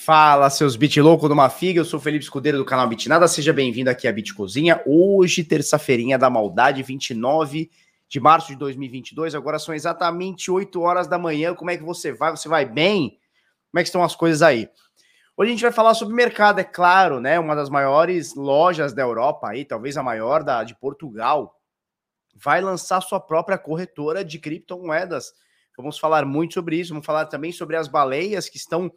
Fala, seus bit louco numa figa, eu sou o Felipe Escudeiro do canal Bitnada, seja bem-vindo aqui à Bit Cozinha. Hoje, terça-feirinha da maldade, 29 de março de 2022, agora são exatamente 8 horas da manhã. Como é que você vai? Você vai bem? Como é que estão as coisas aí? Hoje a gente vai falar sobre mercado, é claro, né? Uma das maiores lojas da Europa aí, talvez a maior de Portugal, vai lançar sua própria corretora de criptomoedas. Vamos falar muito sobre isso, vamos falar também sobre as baleias que estão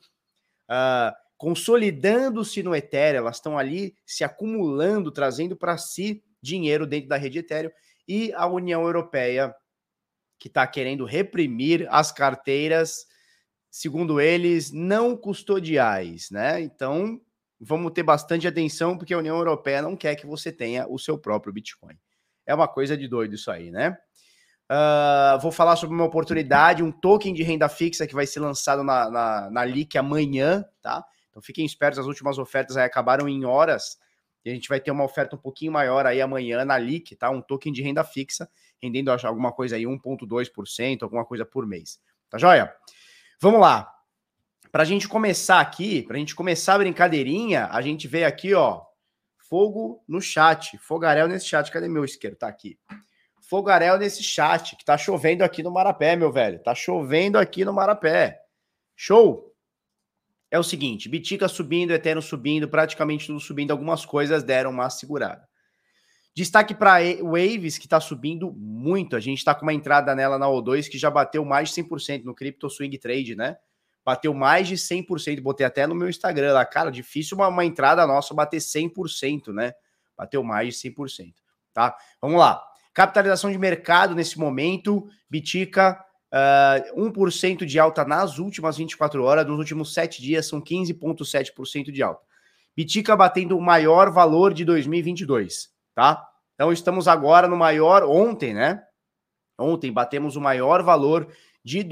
consolidando-se no Ethereum, elas estão ali se acumulando, trazendo para si dinheiro dentro da rede Ethereum, e a União Europeia, que está querendo reprimir as carteiras, segundo eles, não custodiais, né? Então, vamos ter bastante atenção, porque a União Europeia não quer que você tenha o seu próprio Bitcoin. É uma coisa de doido isso aí, né? Vou falar sobre uma oportunidade, um token de renda fixa que vai ser lançado na LEAK amanhã, tá? Então fiquem espertos, as últimas ofertas aí acabaram em horas, e a gente vai ter uma oferta um pouquinho maior aí amanhã na LEAK, tá? Um token de renda fixa, rendendo alguma coisa aí 1,2%, alguma coisa por mês. Tá joia? Vamos lá. Pra gente começar aqui, pra gente começar a brincadeirinha, a gente vê aqui, ó, fogo no chat, fogaréu nesse chat. Cadê meu isqueiro? Tá aqui. Fogaréu nesse chat, que tá chovendo aqui no Marapé, meu velho. Tá chovendo aqui no Marapé. Show! É o seguinte, Bitica subindo, Ethereum subindo, praticamente tudo subindo, algumas coisas deram uma segurada. Destaque para Waves, que tá subindo muito. A gente tá com uma entrada nela na O2 que já bateu mais de 100% no Crypto Swing Trade, né? Bateu mais de 100%, botei até no meu Instagram lá. Cara, difícil uma entrada nossa bater 100%, né? Bateu mais de 100%, tá? Vamos lá. Capitalização de mercado nesse momento, Bitica, 1% de alta nas últimas 24 horas, nos últimos 7 dias são 15,7% de alta. Bitica batendo o maior valor de 2022, tá? Então estamos agora no maior, ontem, né? Ontem batemos o maior valor de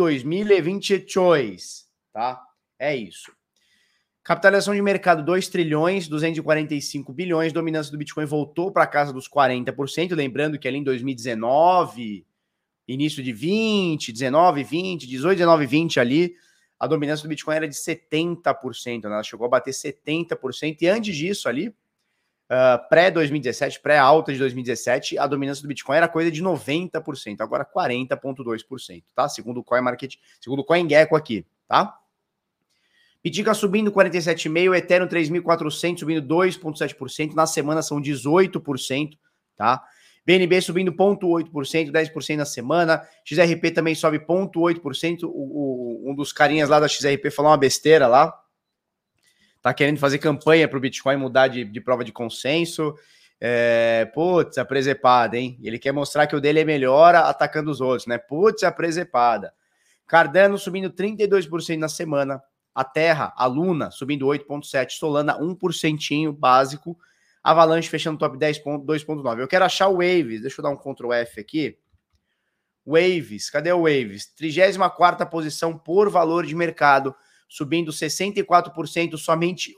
2022, tá? É isso. Capitalização de mercado, 2 trilhões, 245 bilhões, dominância do Bitcoin voltou para casa dos 40%, lembrando que ali em 2019, início de 20, 19, 20, 18, 19, 20 ali, a dominância do Bitcoin era de 70%, né? Ela chegou a bater 70%, e antes disso ali, pré-2017, pré-alta de 2017, a dominância do Bitcoin era coisa de 90%, agora 40,2%, tá? Segundo o CoinMarket, segundo o CoinGecko aqui, tá? Bitica subindo 47,5%, Ethereum 3.400 subindo 2,7%, na semana são 18%, tá? BNB subindo 0,8%, 10% na semana, XRP também sobe 0,8%, um dos carinhas lá da XRP falou uma besteira lá, tá querendo fazer campanha para o Bitcoin mudar de prova de consenso, putz, a presepada, hein? Ele quer mostrar que o dele é melhor atacando os outros, né? Putz, a presepada. Cardano subindo 32% na semana, a Terra, a Luna, subindo 8,7%, Solana 1% básico, Avalanche fechando top 10, 2,9%. Eu quero achar o Waves, deixa eu dar um Ctrl F aqui. Waves, cadê o Waves? 34ª posição por valor de mercado, subindo 64% somente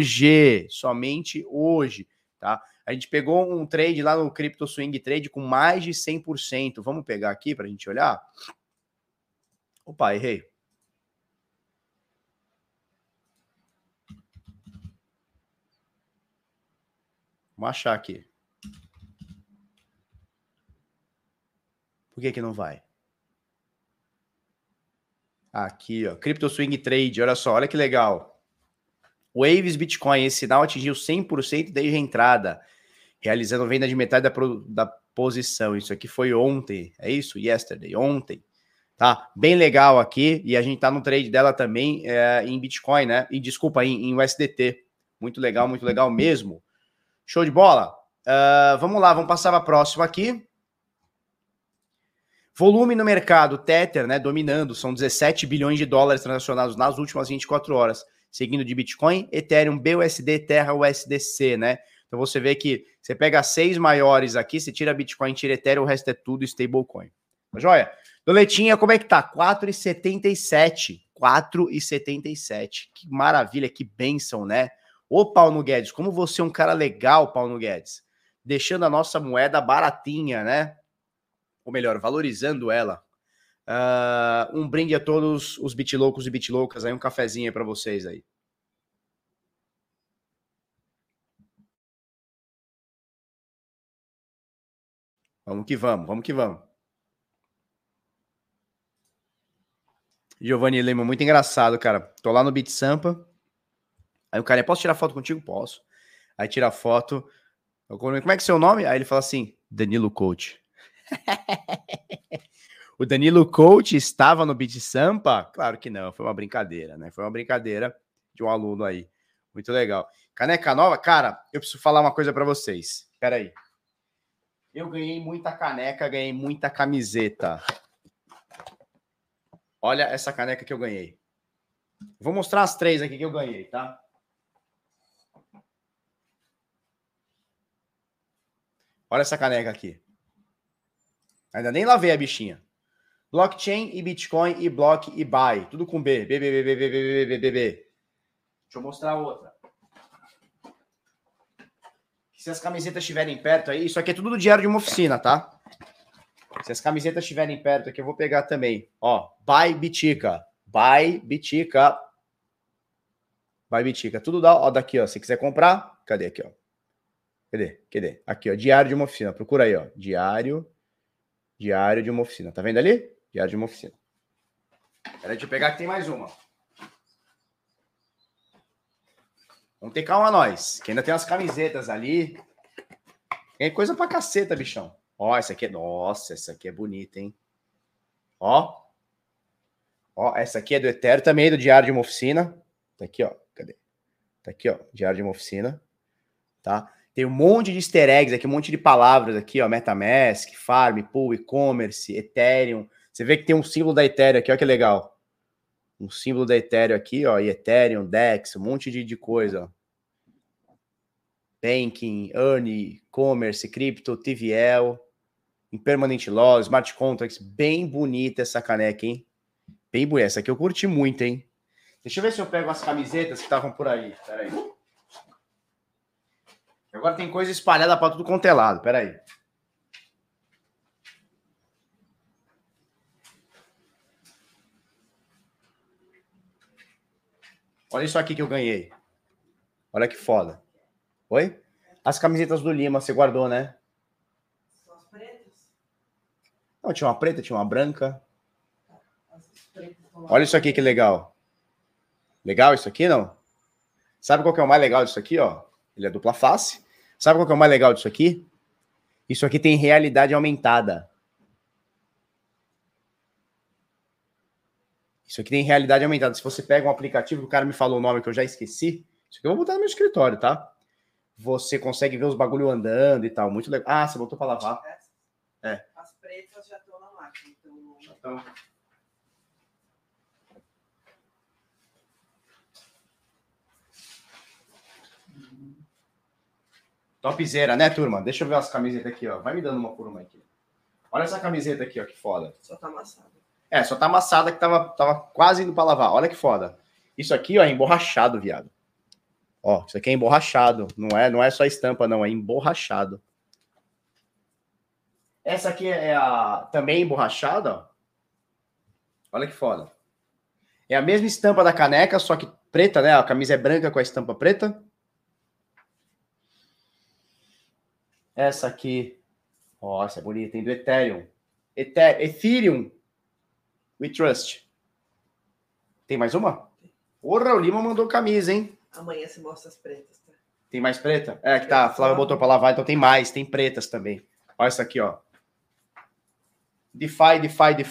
hoje, tá? A gente pegou um trade lá no Crypto Swing Trade com mais de 100%. Vamos pegar aqui para a gente olhar? Opa, errei. Vamos achar aqui. Por que não vai? Aqui, ó. Crypto Swing Trade, olha só, olha que legal. Waves Bitcoin, esse sinal atingiu 100% desde a entrada, realizando venda de metade da posição. Isso aqui foi ontem, é isso? Yesterday, ontem. Tá? Bem legal aqui, e a gente tá no trade dela também em Bitcoin, né? E desculpa, em USDT. Muito legal mesmo. Show de bola? Vamos lá, vamos passar para a próxima aqui. Volume no mercado, Tether, né, dominando, são 17 bilhões de dólares transacionados nas últimas 24 horas, seguindo de Bitcoin, Ethereum, BUSD, Terra, USDC, né? Então você vê que você pega 6 maiores aqui, você tira Bitcoin, tira Ethereum, o resto é tudo stablecoin. Tá joia? Doletinha, como é que tá? 4,77. 4,77. Que maravilha, que bênção, né? Ô, Paulo Guedes, como você é um cara legal, Paulo Guedes. Deixando a nossa moeda baratinha, né? Ou melhor, valorizando ela. Um brinde a todos os bitloucos e bitloucas aí, um cafezinho aí pra vocês aí. Vamos que vamos, vamos que vamos. Giovanni Lima, muito engraçado, cara. Tô lá no Beat Sampa. Aí o cara, posso tirar foto contigo? Posso. Aí tira a foto. Como é que é seu nome? Aí ele fala assim, Danilo Coach. O Danilo Coach estava no Beat Sampa? Claro que não, foi uma brincadeira, né? Foi uma brincadeira de um aluno aí. Muito legal. Caneca nova? Cara, eu preciso falar uma coisa pra vocês. Pera aí. Eu ganhei muita caneca, ganhei muita camiseta. Olha essa caneca que eu ganhei. Vou mostrar as 3 aqui que eu ganhei, tá? Olha essa caneca aqui. Ainda nem lavei a bichinha. Blockchain e Bitcoin e Block e Buy. Tudo com B. B, B, B, B, B, B, B, B, B. Deixa eu mostrar outra. Se as camisetas estiverem perto aí, isso aqui é tudo do diário de uma oficina, tá? Se as camisetas estiverem perto aqui, eu vou pegar também. Ó, Buy Bitica. Buy Bitica. Buy Bitica. Tudo daqui, ó. Se quiser comprar, cadê aqui, ó? Cadê? Aqui, ó. Diário de uma oficina. Procura aí, ó. Diário de uma oficina. Tá vendo ali? Diário de uma oficina. Peraí, deixa eu pegar que tem mais uma. Vamos ter calma nós, que ainda tem umas camisetas ali. Tem coisa pra caceta, bichão. Ó, essa aqui é... Nossa, essa aqui é bonita, hein? Ó. Ó, essa aqui é do Ethereum também, do Diário de uma Oficina. Tá aqui, ó. Cadê? Tá aqui, ó. Diário de uma Oficina. Tá? Tem um monte de easter eggs aqui, um monte de palavras aqui, ó. MetaMask, Farm, Pool, E-Commerce, Ethereum. Você vê que tem um símbolo da Ethereum aqui, ó, que legal. Um símbolo da Ethereum aqui, ó. E Ethereum, DEX, um monte de coisa, ó. Banking, Earn, Commerce, Crypto, TVL, Impermanent Law, Smart Contracts. Bem bonita essa caneca, hein? Bem bonita. Essa aqui eu curti muito, hein? Deixa eu ver se eu pego as camisetas que estavam por aí. Pera aí. Agora tem coisa espalhada para tudo quanto é lado. Pera aí. Olha isso aqui que eu ganhei. Olha que foda. Oi? As camisetas do Lima, você guardou, né? São as pretas? Não, tinha uma preta, tinha uma branca. Olha isso aqui que legal. Legal isso aqui, não? Sabe qual que é o mais legal disso aqui, ó? Ele é dupla face. Sabe qual que é o mais legal disso aqui? Isso aqui tem realidade aumentada. Isso aqui tem realidade aumentada. Se você pega um aplicativo, o cara me falou o nome que eu já esqueci. Isso aqui eu vou botar no meu escritório, tá? Você consegue ver os bagulho andando e tal. Muito legal. Ah, você botou pra lavar. É. As pretas já estão na máquina. Então... Já estão. Topzera, né, turma? Deixa eu ver as camisetas aqui, ó. Vai me dando uma por uma aqui. Olha essa camiseta aqui, ó, que foda. Só tá amassada. É, só tá amassada que tava quase indo pra lavar. Olha que foda. Isso aqui, ó, é emborrachado, viado. Ó, isso aqui é emborrachado. Não é só estampa, não. É emborrachado. Essa aqui é a também emborrachada, ó. Olha que foda. É a mesma estampa da caneca, só que preta, né? A camisa é branca com a estampa preta. Essa aqui. Ó, essa é bonita, tem do Ethereum. Ethereum. We Trust. Tem mais uma? Porra, o Lima mandou camisa, hein? Amanhã você mostra as pretas, tá? Tem mais preta? É, que tá. A Flávia botou pra lavar, então tem mais. Tem pretas também. Olha essa aqui, ó. DeFi.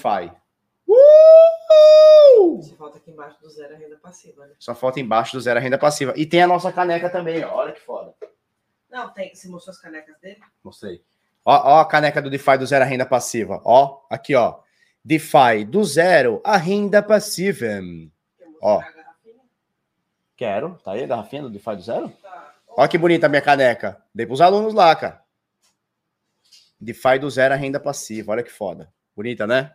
Só falta aqui embaixo do zero a renda passiva, né? Só falta embaixo do zero a renda passiva. E tem a nossa caneca também, ó. Olha que foda. Não, tem. Você mostrou as canecas dele? Mostrei. Ó a caneca do DeFi do zero a renda passiva. Ó, aqui, ó. DeFi do zero a renda passiva. Ó. A garrafinha? Quero. Tá aí a garrafinha do DeFi do zero? Tá. Ó que bonita a minha caneca. Dei pros alunos lá, cara. DeFi do zero a renda passiva. Olha que foda. Bonita, né?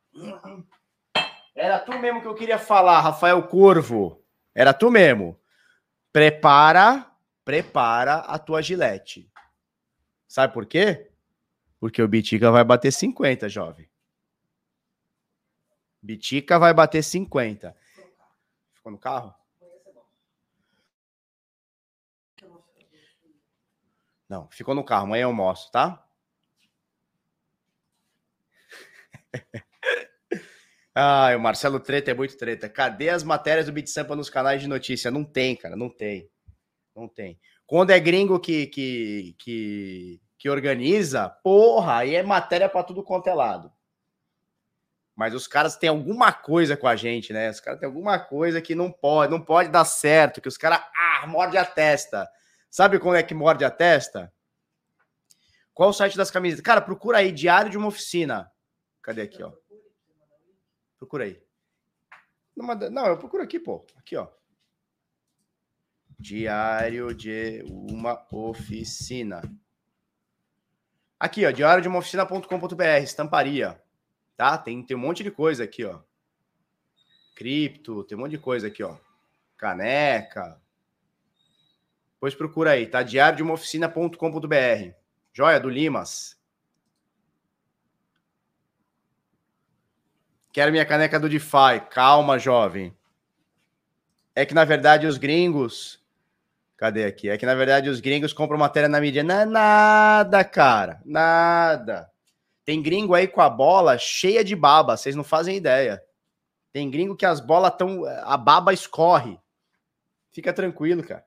Era tu mesmo que eu queria falar, Rafael Corvo. Era tu mesmo. Prepara a tua gilete. Sabe por quê? Porque o Bitica vai bater 50, jovem. Bitica vai bater 50. Ficou no carro? Não, ficou no carro. Amanhã eu mostro, tá? Ah, o Marcelo Treta é muito treta. Cadê as matérias do Beat Sampa nos canais de notícia? Não tem, cara, não tem. Não tem. Quando é gringo que organiza, porra, aí é matéria pra tudo quanto é lado. Mas os caras têm alguma coisa com a gente, né? Os caras têm alguma coisa que não pode dar certo, que os caras, morde a testa. Sabe quando é que morde a testa? Qual o site das camisetas? Cara, procura aí, Diário de uma Oficina. Cadê aqui, ó? Procura aí. Não, eu procuro aqui, pô. Aqui, ó. Diário de uma Oficina. Aqui, ó, diariodeomaoficina.com.br, estamparia. Tá? Tem um monte de coisa aqui, ó. Cripto, tem um monte de coisa aqui, ó. Caneca. Depois procura aí, tá? diariodeomaoficina.com.br. Joia do Limas. Quero minha caneca do DeFi. Calma, jovem. É que, na verdade, os gringos... Cadê aqui? É que, na verdade, os gringos compram matéria na mídia. Não é nada, cara. Nada. Tem gringo aí com a bola cheia de baba. Vocês não fazem ideia. Tem gringo que as bolas estão... A baba escorre. Fica tranquilo, cara.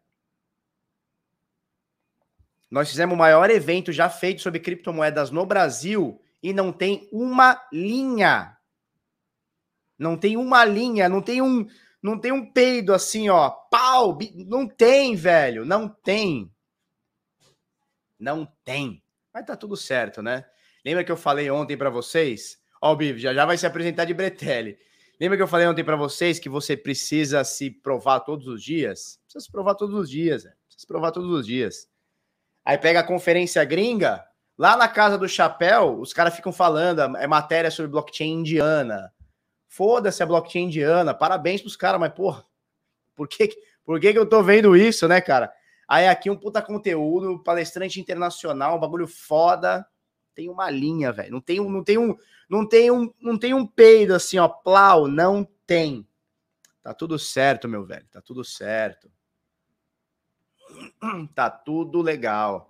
Nós fizemos o maior evento já feito sobre criptomoedas no Brasil e não tem uma linha. Não tem uma linha, não tem um peido assim, ó, pau, não tem, velho, não tem. Não tem. Mas tá tudo certo, né? Lembra que eu falei ontem pra vocês? Ó, o Biv, já vai se apresentar de Bretelli. Lembra que eu falei ontem pra vocês que você precisa se provar todos os dias? Precisa se provar todos os dias, velho. Precisa se provar todos os dias. Aí pega a conferência gringa, lá na Casa do Chapéu, os caras ficam falando, é matéria sobre blockchain indiana. Foda-se a blockchain indiana, parabéns pros caras, mas porra, por que eu tô vendo isso, né, cara? Aí aqui um puta conteúdo, palestrante internacional, um bagulho foda, tem uma linha, velho, não tem um peido assim, ó, plau, não tem. Tá tudo certo, meu velho, tá tudo certo. Tá tudo legal.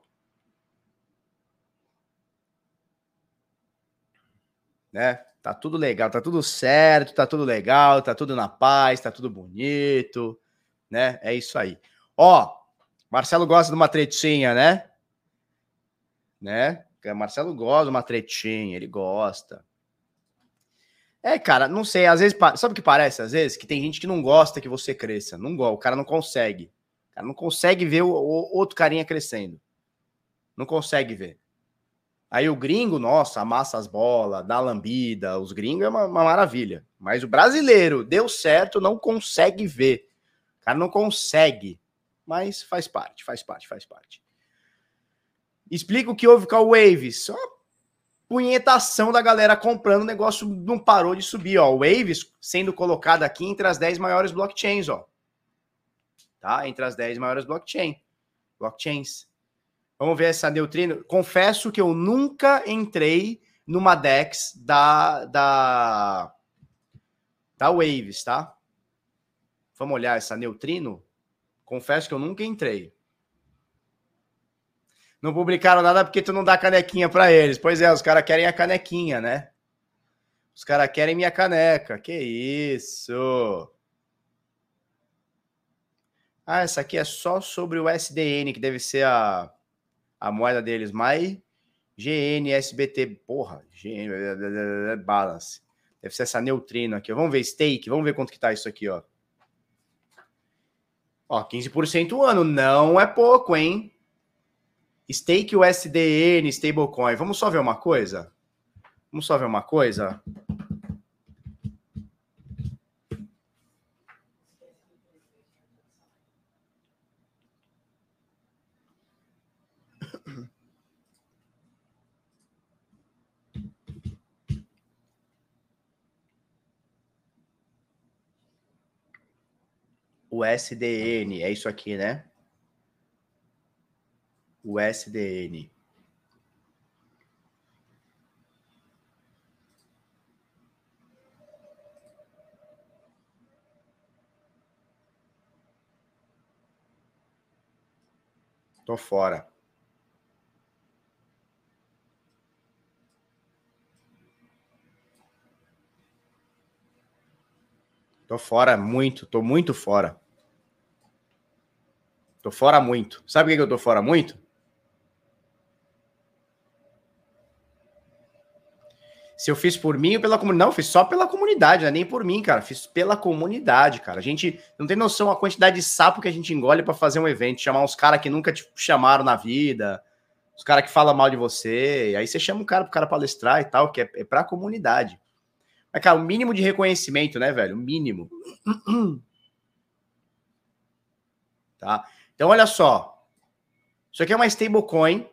Né? Tá tudo legal, tá tudo certo, tá tudo legal, tá tudo na paz, tá tudo bonito, né? É isso aí. Ó, Marcelo gosta de uma tretinha, né? Né? Marcelo gosta de uma tretinha, ele gosta. É, cara, não sei, às vezes, sabe o que parece? Às vezes que tem gente que não gosta que você cresça, não gosta, o cara não consegue. O cara não consegue ver o outro carinha crescendo. Não consegue ver. Aí o gringo, nossa, amassa as bolas, dá lambida, os gringos é uma maravilha. Mas o brasileiro, deu certo, não consegue ver. O cara não consegue. Mas faz parte, faz parte, faz parte. Explica o que houve com a Waves. Só punhetação da galera comprando, o negócio não parou de subir, ó. Waves sendo colocada aqui entre as 10 maiores blockchains, ó. Tá? Entre as 10 maiores blockchains. Vamos ver essa Neutrino. Confesso que eu nunca entrei numa DEX da Waves, tá? Vamos olhar essa Neutrino? Confesso que eu nunca entrei. Não publicaram nada porque tu não dá canequinha para eles. Pois é, os caras querem a canequinha, né? Os caras querem minha caneca. Que isso? Ah, essa aqui é só sobre o SDN, que deve ser a moeda deles. Mais GNSBT. Porra, Balance. Deve ser essa Neutrino aqui. Vamos ver stake. Vamos ver quanto que tá isso aqui, ó. Ó, 15% o ano. Não é pouco, hein? Stake USDN, stablecoin. Vamos só ver uma coisa? Vamos só ver uma coisa? O SDN, é isso aqui, né? O SDN. Tô fora. Tô fora muito, tô muito fora. Tô fora muito. Sabe por que eu tô fora muito? Se eu fiz por mim ou pela comunidade. Não, eu fiz só pela comunidade, não é nem por mim, cara. Fiz pela comunidade, cara. A gente não tem noção a quantidade de sapo que a gente engole pra fazer um evento. Chamar uns caras que nunca te chamaram na vida. Os caras que falam mal de você. E aí você chama o cara pro cara palestrar e tal, que é pra comunidade. Mas, cara, o mínimo de reconhecimento, né, velho? O mínimo. Tá? Então, olha só. Isso aqui é uma stablecoin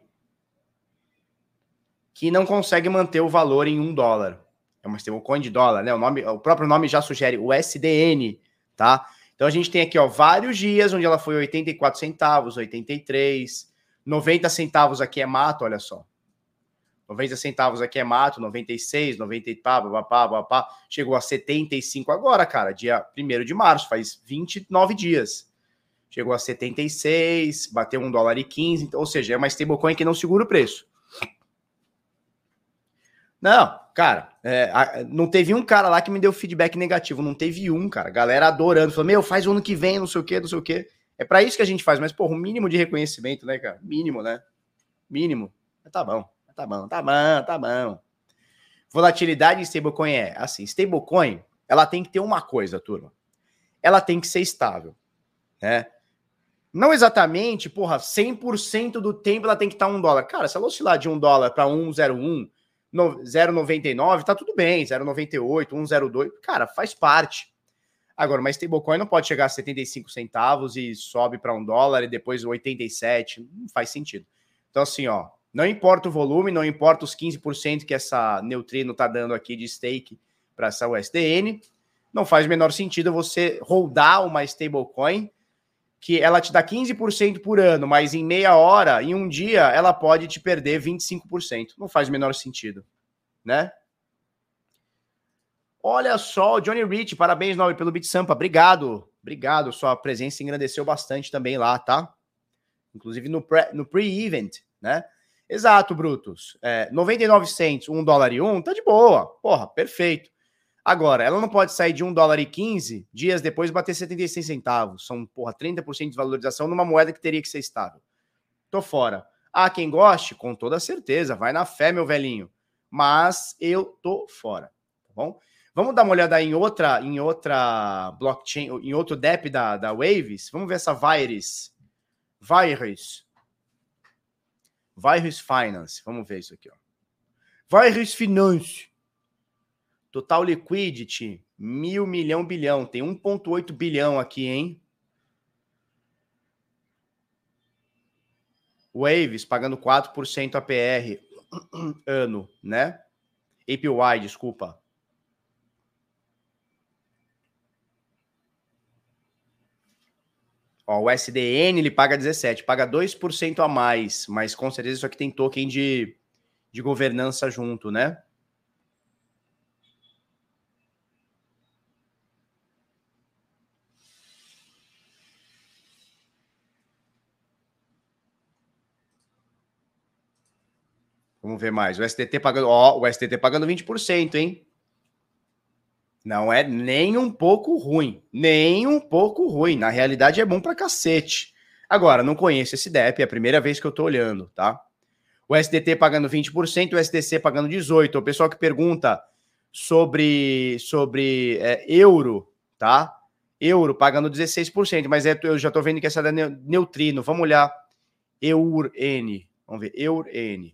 que não consegue manter o valor em $1. É uma stablecoin de dólar, né? O próprio nome já sugere o SDN, tá? Então a gente tem aqui, ó, vários dias onde ela foi 84 centavos, 83, 90 centavos aqui é mato, olha só. 90 centavos aqui é mato, 96, 90 e pá, chegou a 75 agora, cara, dia 1º de março, faz 29 dias. Chegou a 76, bateu $1,15, então, ou seja, é uma stablecoin que não segura o preço. Não, cara, não teve um cara lá que me deu feedback negativo, não teve um, cara. Galera adorando, falou, meu, faz o ano que vem, não sei o quê, não sei o quê. É pra isso que a gente faz, mas, porra, um mínimo de reconhecimento, né, cara? Mínimo, né? Mínimo. Tá bom. Volatilidade em stablecoin é assim, stablecoin, ela tem que ter uma coisa, turma. Ela tem que ser estável, né? Não exatamente, porra, 100% do tempo ela tem que estar $1. Cara, se ela oscilar de $1 para 1,01, 0,99, tá tudo bem, 0,98, 1,02, cara, faz parte. Agora, uma stablecoin não pode chegar a 75 centavos e sobe para $1 e depois 87, não faz sentido. Então, assim, ó, não importa o volume, não importa os 15% que essa Neutrino tá dando aqui de stake para essa USDN, não faz o menor sentido você holdar uma stablecoin que ela te dá 15% por ano, mas em meia hora, em um dia, ela pode te perder 25%. Não faz o menor sentido, né? Olha só, o Johnny Rich, parabéns, Nobre, pelo Bit Sampa. Obrigado, sua presença engrandeceu bastante também lá, tá? Inclusive no pre-event, né? Exato, Brutus. 99 cents, $1,01, tá de boa. Porra, perfeito. Agora, ela não pode sair de $1,15 dias depois e bater 76 centavos. São, porra, 30% de valorização numa moeda que teria que ser estável. Tô fora. Ah, quem goste? Com toda certeza. Vai na fé, meu velhinho. Mas eu tô fora, tá bom? Vamos dar uma olhada em outra blockchain, em outro DEP da Waves. Vamos ver essa Virus Finance. Vamos ver isso aqui, ó. Virus Finance. Total liquidity, 1.000 milhão bilhão. Tem 1,8 bilhão aqui, hein? Waves pagando 4% APR ano, né? APY, desculpa. Ó, o SDN ele paga 17, paga 2% a mais, mas com certeza isso aqui tem token de governança junto, né? Vamos ver mais. O STT pagando 20%, hein? Não é nem um pouco ruim. Nem um pouco ruim. Na realidade é bom pra cacete. Agora, não conheço esse DEP, é a primeira vez que eu tô olhando, tá? O SDT pagando 20%, o SDC pagando 18%. O pessoal que pergunta sobre euro, tá? Euro pagando 16%, mas eu já tô vendo que essa é da Neutrino. Vamos olhar EUR-N. Vamos ver, EUR-N.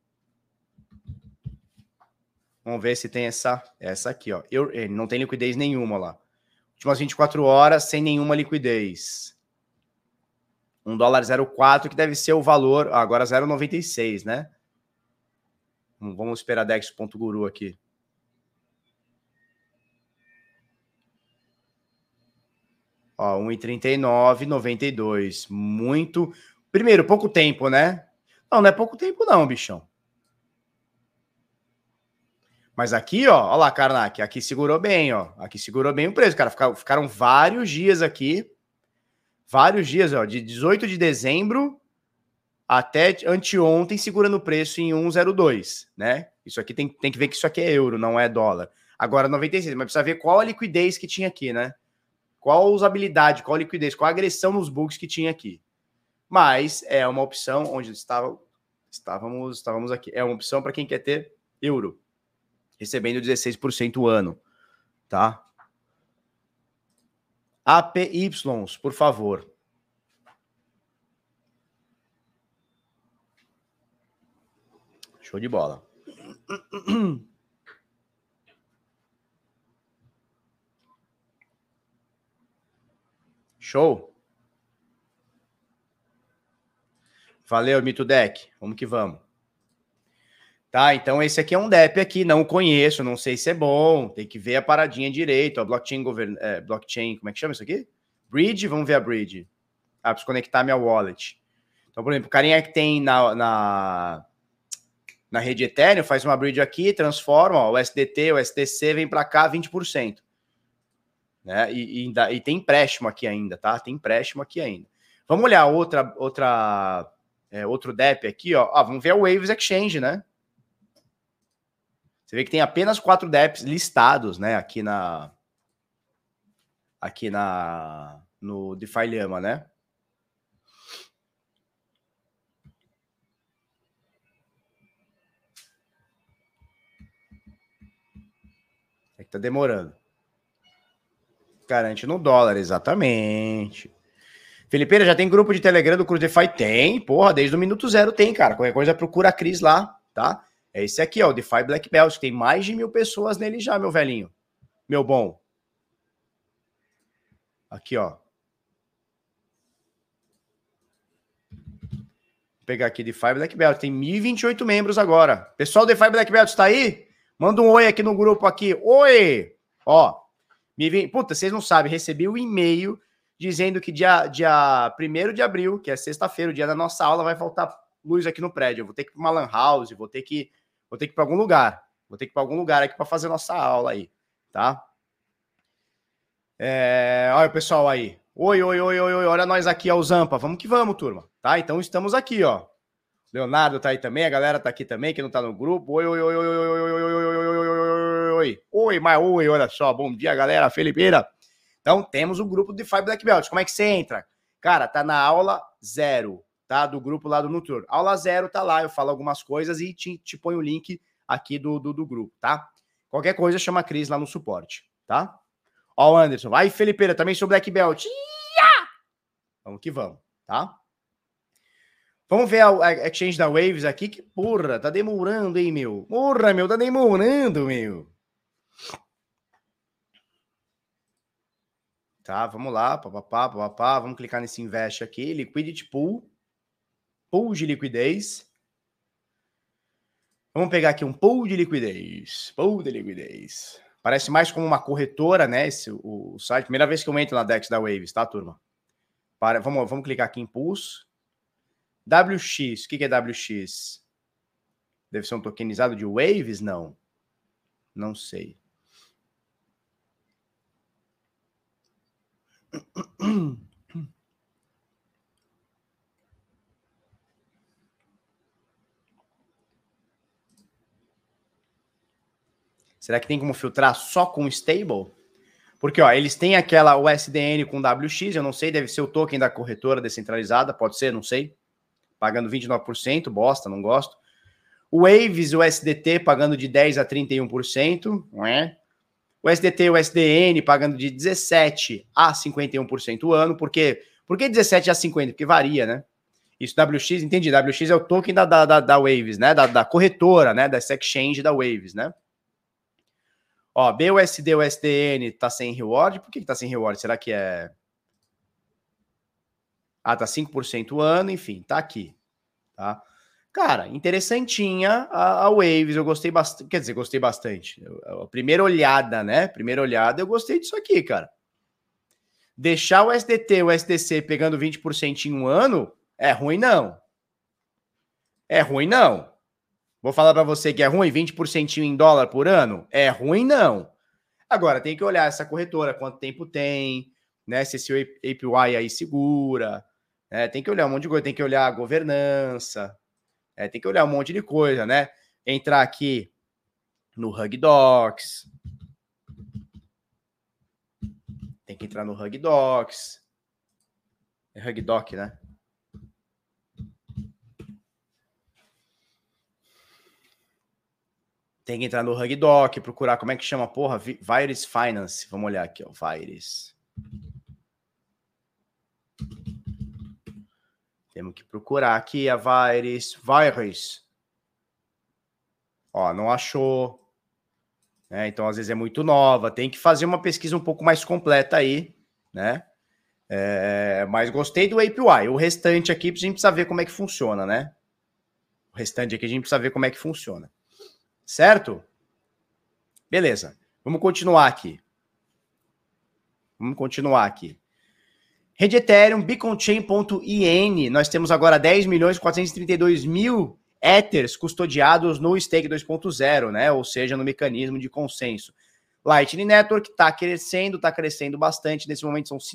Vamos ver se tem essa aqui, ó. Não tem liquidez nenhuma lá. Últimas 24 horas, sem nenhuma liquidez. $1,04, que deve ser o valor. Agora 0,96, né? Vamos esperar Dex.guru aqui. Ó, 1,39,92. Muito. Primeiro, pouco tempo, né? Não é pouco tempo, não, bichão. Mas aqui, ó lá, Karnak, aqui segurou bem, ó. Aqui segurou bem o preço, cara. Ficaram vários dias aqui. Vários dias, ó. De 18 de dezembro até anteontem segurando o preço em 1,02, né? Isso aqui tem que ver que isso aqui é euro, não é dólar. Agora 96, mas precisa ver qual a liquidez que tinha aqui, né? Qual a usabilidade, qual a liquidez, qual a agressão nos bugs que tinha aqui. Mas é uma opção onde estávamos aqui. É uma opção para quem quer ter euro, recebendo 16% o ano, tá? APYs, por favor. Show de bola. Show. Valeu, Mito Deck. Vamos que vamos. Tá, então esse aqui é um DEP aqui, não conheço, não sei se é bom, tem que ver a paradinha direito, a blockchain, blockchain, como é que chama isso aqui? Bridge, vamos ver a bridge. Ah, preciso conectar minha wallet. Então, por exemplo, o carinha que tem na rede Ethereum, faz uma bridge aqui, transforma, ó, o SDT, o SDC vem para cá 20%. Né? E tem empréstimo aqui ainda, tá? Tem empréstimo aqui ainda. Vamos olhar outro DEP aqui, ó. Vamos ver a Waves Exchange, né? Você vê que tem apenas 4 DEPs listados, né? Aqui no DeFi Llama, né? É que tá demorando. Garante no dólar, exatamente. Felipeira, já tem grupo de Telegram do Cruz DeFi? Tem, porra, desde o minuto zero tem, cara. Qualquer coisa procura a Cris lá, tá? É esse aqui, ó, o DeFi Black Belt. Tem mais de 1.000 pessoas nele já, meu velhinho. Meu bom. Aqui, ó. Vou pegar aqui DeFi Black Belt. Tem 1.028 membros agora. Pessoal do DeFi Black Belt, está aí? Manda um oi aqui no grupo aqui. Oi! Ó, puta, vocês não sabem, recebi um e-mail dizendo que dia 1º de abril, que é sexta-feira, o dia da nossa aula, vai faltar luz aqui no prédio. Eu vou ter que ir para uma lan house, vou ter que ir para algum lugar. Vou ter que ir para algum lugar aqui para fazer nossa aula aí, tá? Olha o pessoal aí. Oi, olha nós aqui, ó, o Zampa. Vamos que vamos, turma. Tá? Então estamos aqui, ó. Leonardo tá aí também, a galera tá aqui também, que não tá no grupo. Oi, olha só. Bom dia, galera. Felipeira. Então, temos o grupo do DeFi Black Belt. Como é que você entra? Cara, tá na aula 0, tá? Do grupo lá do Nutur. Aula 0 tá lá, eu falo algumas coisas e te ponho o link aqui do grupo, tá? Qualquer coisa, chama a Cris lá no suporte, tá? Ó o Anderson. Vai, Felipeira, também sou Black Belt. Ia! Vamos que vamos, tá? Vamos ver a exchange da Waves aqui, que porra, tá demorando, hein, meu? Porra, meu, tá demorando, meu. Tá, vamos lá, papapá, vamos clicar nesse invest aqui, liquidity pool de liquidez. Vamos pegar aqui um pool de liquidez, Parece mais como uma corretora, né, o site. Primeira vez que eu entro na DEX da Waves, tá, turma? Vamos clicar aqui em pools. WX, o que é WX? Deve ser um tokenizado de Waves? Não. Não sei. Será que tem como filtrar só com stable? Porque, ó, eles têm aquela USDN com WX, eu não sei, deve ser o token da corretora descentralizada, pode ser, não sei. Pagando 29%, bosta, não gosto. O Waves e o SDT pagando de 10% a 31%, não é? O SDT e o SDN pagando de 17% a 51% o ano. Por que 17% a 50%? Porque varia, né? Isso, WX, entendi. WX é o token da Waves, né? Da corretora, né? Dessa exchange da Waves, né? Ó, BUSD, o SDN tá sem reward. Por que tá sem reward? Será que é... tá 5% o ano, enfim, tá aqui, tá? Cara, interessantinha a Waves, eu gostei bastante, quer dizer, gostei bastante. A primeira olhada, né? Eu gostei disso aqui, cara. Deixar o SDT, o SDC pegando 20% em um ano, é ruim não. É ruim não. Vou falar para você que é ruim 20% em dólar por ano? É ruim não. Agora, tem que olhar essa corretora, quanto tempo tem, né? Se esse API aí segura, né? Tem que olhar um monte de coisa, tem que olhar a governança, tem que olhar um monte de coisa, né? Entrar aqui no Hug Docs, Tem que entrar no Hug Docs. É Hug Doc, né? Tem que entrar no Hug Doc, procurar como é que chama, porra, Virus Finance. Vamos olhar aqui, ó, Virus. Temos que procurar aqui a Virus. Ó, não achou. Então, às vezes é muito nova. Tem que fazer uma pesquisa um pouco mais completa aí, né? Mas gostei do API. O restante aqui a gente precisa ver como é que funciona, né? O restante aqui a gente precisa ver como é que funciona. Certo? Beleza. Vamos continuar aqui. Rede Ethereum, BeaconChain.in. Nós temos agora 10.432.000 Ethers custodiados no Stake 2.0, né? Ou seja, no mecanismo de consenso. Lightning Network está crescendo bastante. Nesse momento são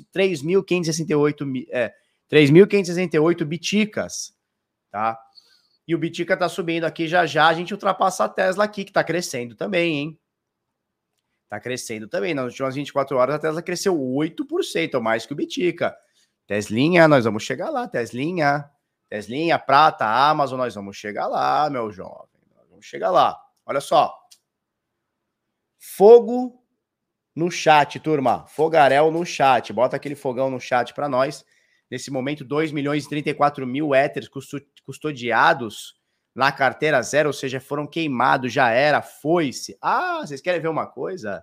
3.568 Biticas, tá? E o Bitica está subindo aqui já. A gente ultrapassa a Tesla aqui, que está crescendo também, hein? Está crescendo também. Nas últimas 24 horas, a Tesla cresceu 8%, mais que o Bitica. Teslinha, nós vamos chegar lá. Teslinha, Prata, Amazon, nós vamos chegar lá, meu jovem. Nós vamos chegar lá. Olha só. Fogo no chat, turma. Fogaréu no chat. Bota aquele fogão no chat para nós. Nesse momento, 2.034.000 Ethers custodiados na carteira zero, ou seja, foram queimados, já era, foi-se. Ah, vocês querem ver uma coisa?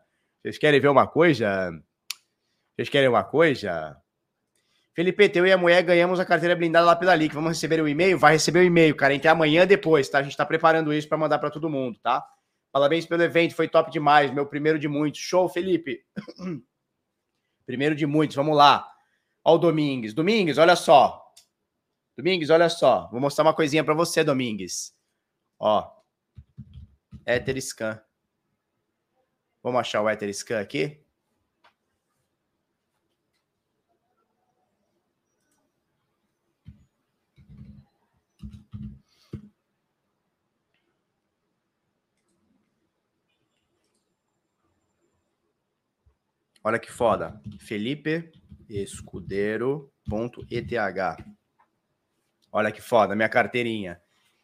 Felipe, eu e a mulher ganhamos a carteira blindada lá pela LIC. Vamos receber o e-mail? Vai receber o e-mail, cara. Entre amanhã e depois, tá? A gente tá preparando isso para mandar para todo mundo, tá? Parabéns pelo evento, foi top demais. Meu primeiro de muitos. Show, Felipe. Primeiro de muitos, vamos lá. Ó o Domingues. Domingues, olha só. Vou mostrar uma coisinha para você, Domingues. Ó. Etherscan. Vamos achar o Etherscan aqui? Olha que foda. Felipe Escudeiro.eth. Olha que foda, minha carteirinha.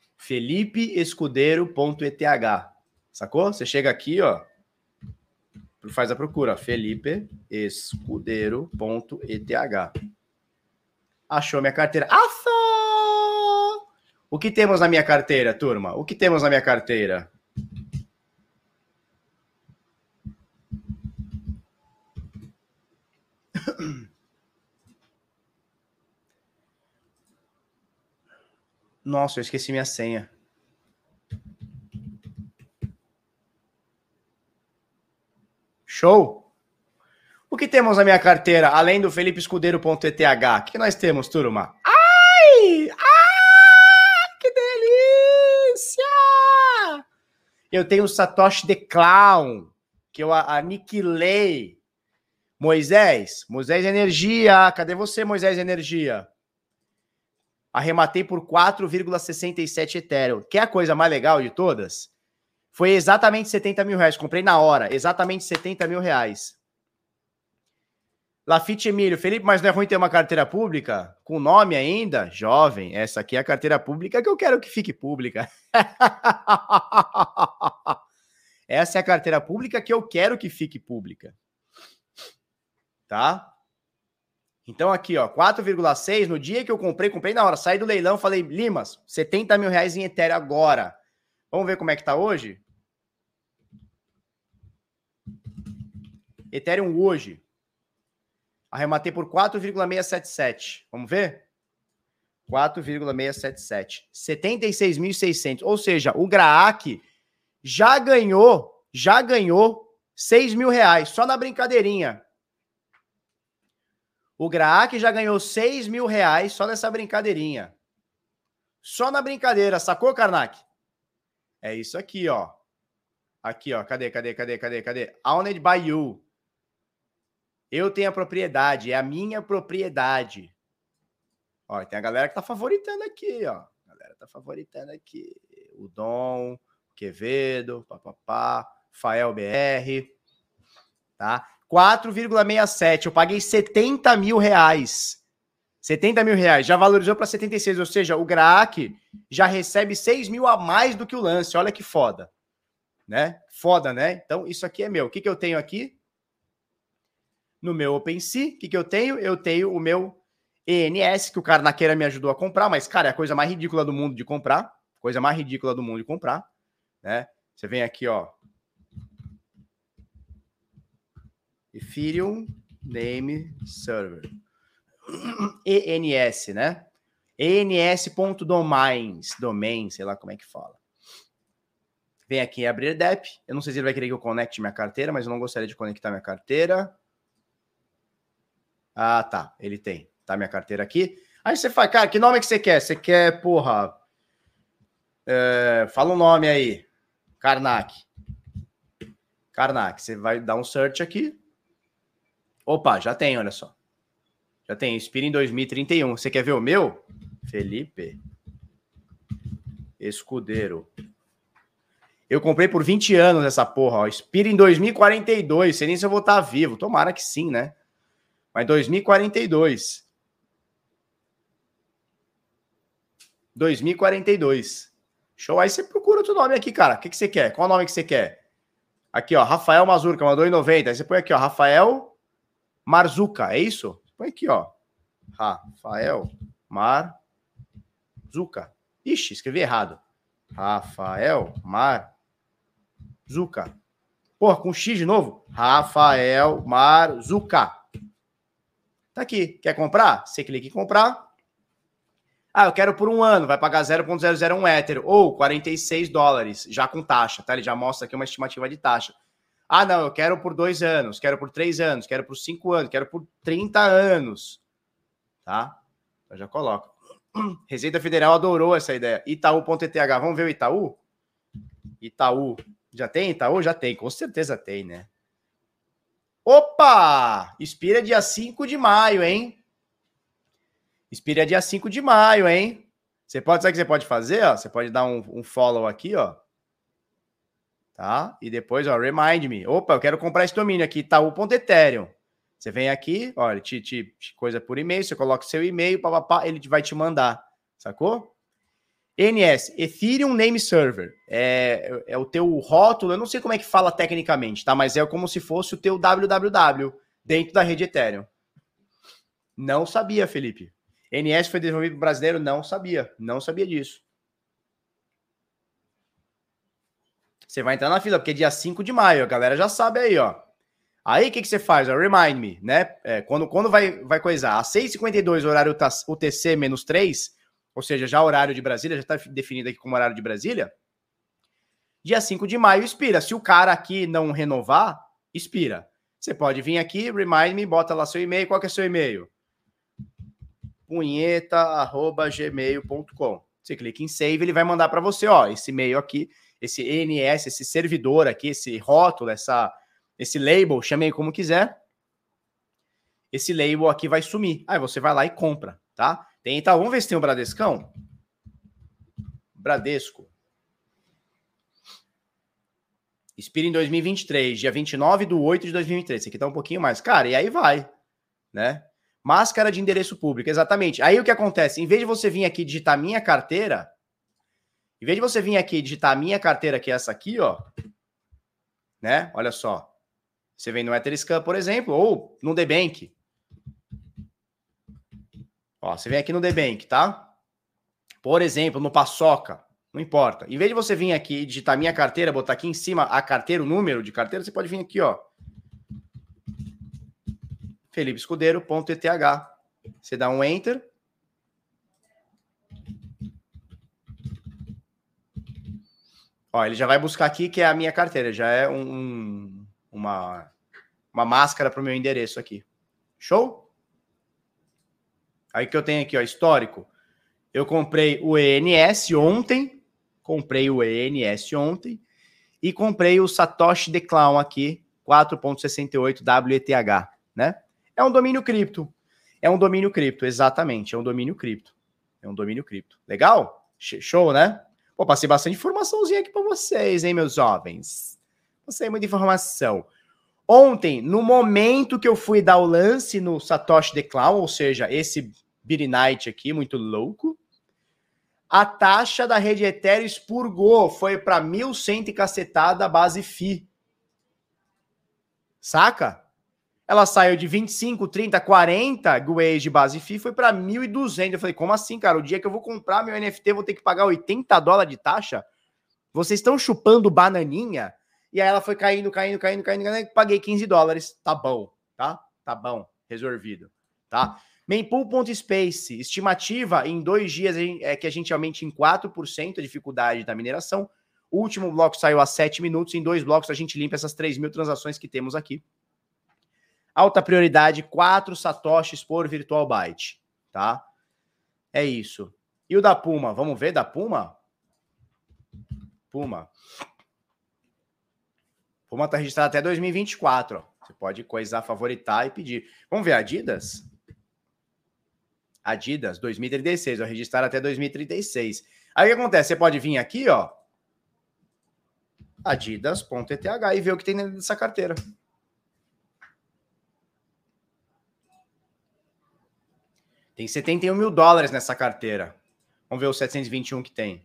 FelipeEscudeiro.eth. Sacou? Você chega aqui, ó. Faz a procura. FelipeEscudeiro.eth. Achou minha carteira. Achou! O que temos na minha carteira, turma? O que temos na minha carteira? Nossa, eu esqueci minha senha. Show? O que temos na minha carteira, além do FelipeEscudeiro.eth? O que nós temos, turma? Ai! Ah! Que delícia! Eu tenho o Satoshi The Clown, que eu aniquilei. Moisés Energia. Cadê você, Moisés Energia? Arrematei por 4,67 Ethereum. Que é a coisa mais legal de todas? Foi exatamente 70 mil reais. Comprei na hora. Exatamente 70 mil reais. Lafite Emílio. Felipe, mas não é ruim ter uma carteira pública? Com nome ainda? Jovem, essa aqui é a carteira pública que eu quero que fique pública. Essa é a carteira pública que eu quero que fique pública. Tá? Então aqui, ó, 4,6, no dia que eu comprei na hora, saí do leilão, falei, Limas, 70 mil reais em Ethereum agora. Vamos ver como é que tá hoje? Ethereum hoje. Arrematei por 4,677. Vamos ver? 4,677. 76.600. Ou seja, o Graak já ganhou 6 mil reais, só na brincadeirinha. O Graak já ganhou 6 mil reais só nessa brincadeirinha. Só na brincadeira, sacou, Karnak? É isso aqui, ó. Aqui, ó. Cadê? Owned by you. Eu tenho a propriedade, é a minha propriedade. Ó, tem a galera que tá favoritando aqui, ó. O Dom, Quevedo, papapá, Fael BR, tá? 4,67. Eu paguei 70 mil reais. 70 mil reais. Já valorizou para 76. Ou seja, o Graak já recebe 6 mil a mais do que o lance. Olha que foda. Né? Foda, né? Então, isso aqui é meu. O que eu tenho aqui? No meu OpenSea, o que eu tenho? Eu tenho o meu ENS, que o Carnaqueira me ajudou a comprar, mas, cara, é a coisa mais ridícula do mundo de comprar. Coisa mais ridícula do mundo de comprar. Né? Você vem aqui, ó. Ethereum Name Server. ENS, né? ENS.domains. Domain, sei lá como é que fala. Vem aqui em abrir DEP. Eu não sei se ele vai querer que eu conecte minha carteira, mas eu não gostaria de conectar minha carteira. Ah, tá. Ele tem. Tá minha carteira aqui. Aí você fala, cara, que nome que você quer? Você quer, porra... fala um nome aí. Karnak. Karnak. Você vai dar um search aqui. Opa, já tem, olha só. Já tem. Expira em 2031. Você quer ver o meu? Felipe Escudeiro. Eu comprei por 20 anos essa porra, ó. Expira em 2042. Sei nem se eu vou estar vivo. Tomara que sim, né? Mas 2042. 2042. Show. Aí você procura outro nome aqui, cara. O que você quer? Qual nome que você quer? Aqui, ó. Rafael Mazurca, mandou em 90. Aí você põe aqui, ó. Rafael Marzuca. É isso? Põe aqui, ó. Rafael Marzuca. Ixi, escrevi errado. Rafael Marzuca. Porra, com X de novo? Rafael Marzuca. Tá aqui. Quer comprar? Você clica em comprar. Ah, eu quero por um ano. Vai pagar 0,001 Ether. Ou 46 dólares, já com taxa, tá? Ele já mostra aqui uma estimativa de taxa. Ah, não, eu quero por 2 anos, quero por 3 anos, quero por 5 anos, quero por 30 anos. Tá? Eu já coloco. Receita Federal adorou essa ideia. Itaú.eth. Vamos ver o Itaú? Itaú. Já tem Itaú? Já tem. Com certeza tem, né? Opa! Expira dia 5 de maio, hein? Expira dia 5 de maio, hein? Sabe o que você pode fazer? Ó? Você pode dar um follow aqui, ó. Tá? E depois, ó, remind me. Opa, eu quero comprar esse domínio aqui, Itaú.ethereum. Você vem aqui, ó, ele te coisa por e-mail, você coloca o seu e-mail, papapá, ele vai te mandar. Sacou? ENS, Ethereum Name Server. É o teu rótulo, eu não sei como é que fala tecnicamente, tá? Mas é como se fosse o teu www dentro da rede Ethereum. Não sabia, Felipe. ENS foi desenvolvido brasileiro? Não sabia. Não sabia disso. Você vai entrar na fila, porque é dia 5 de maio, a galera já sabe aí, ó. Aí, o que você faz? Ó, remind me, né? Quando vai coisar? Às 6h52, horário UTC menos 3, ou seja, já horário de Brasília, já está definido aqui como horário de Brasília. Dia 5 de maio expira. Se o cara aqui não renovar, expira. Você pode vir aqui, remind me, bota lá seu e-mail. Qual que é seu e-mail? punheta@gmail.com. Você clica em save, ele vai mandar para você, ó, esse e-mail aqui, esse ENS, esse servidor aqui, esse rótulo, esse label, chame aí como quiser. Esse label aqui vai sumir. Aí você vai lá e compra, tá? Então, vamos ver se tem um Bradescão. Bradesco. Expira em 2023, dia 29/8/2023. Esse aqui tá um pouquinho mais. Cara, e aí vai, né? Máscara de endereço público, exatamente. Aí o que acontece? Em vez de você vir aqui digitar minha carteira, que é essa aqui, ó, né? Olha só. Você vem no Etherscan, por exemplo, ou no Debank. Ó, você vem aqui no Debank, tá? Por exemplo, no Paçoca, não importa. Em vez de você vir aqui e digitar minha carteira, botar aqui em cima a carteira, o número de carteira, você pode vir aqui, ó. FelipeEscudeiro.eth. Você dá um Enter. Ó, ele já vai buscar aqui, que é a minha carteira. Já é uma máscara para o meu endereço aqui. Show? Aí que eu tenho aqui, ó, histórico. Eu comprei o ENS ontem. E comprei o Satoshi The Clown aqui, 4.68 WETH, né? É um domínio cripto. Exatamente. É um domínio cripto. Legal? Show, né? Pô, passei bastante informaçãozinha aqui para vocês, hein, meus jovens? Passei muita informação. Ontem, no momento que eu fui dar o lance no Satoshi The Clown, ou seja, esse Beat Night aqui, muito louco, a taxa da rede Ethereum expurgou, foi para 1.100 e cacetada a base FI. Saca? Ela saiu de 25, 30, 40 GUEs de base FI, foi para 1.200. Eu falei, como assim, cara? O dia que eu vou comprar meu NFT, eu vou ter que pagar $80 de taxa? Vocês estão chupando bananinha? E aí ela foi caindo, paguei $15. Tá bom, tá? Tá bom, resolvido, tá? Mempool.space, estimativa em 2 dias é que a gente aumente em 4% a dificuldade da mineração. O último bloco saiu a 7 minutos, em 2 blocos a gente limpa essas 3.000 transações que temos aqui. Alta prioridade, 4 satoshis por virtual byte, tá? É isso. E o da Puma, vamos ver da Puma? Puma tá registrado até 2024, ó. Você pode coisar, favoritar e pedir. Vamos ver Adidas? Adidas, 2036, ó, registrar até 2036. Aí o que acontece? Você pode vir aqui, ó, adidas.eth e ver o que tem dentro dessa carteira. Tem $71 mil nessa carteira. Vamos ver os 721 que tem.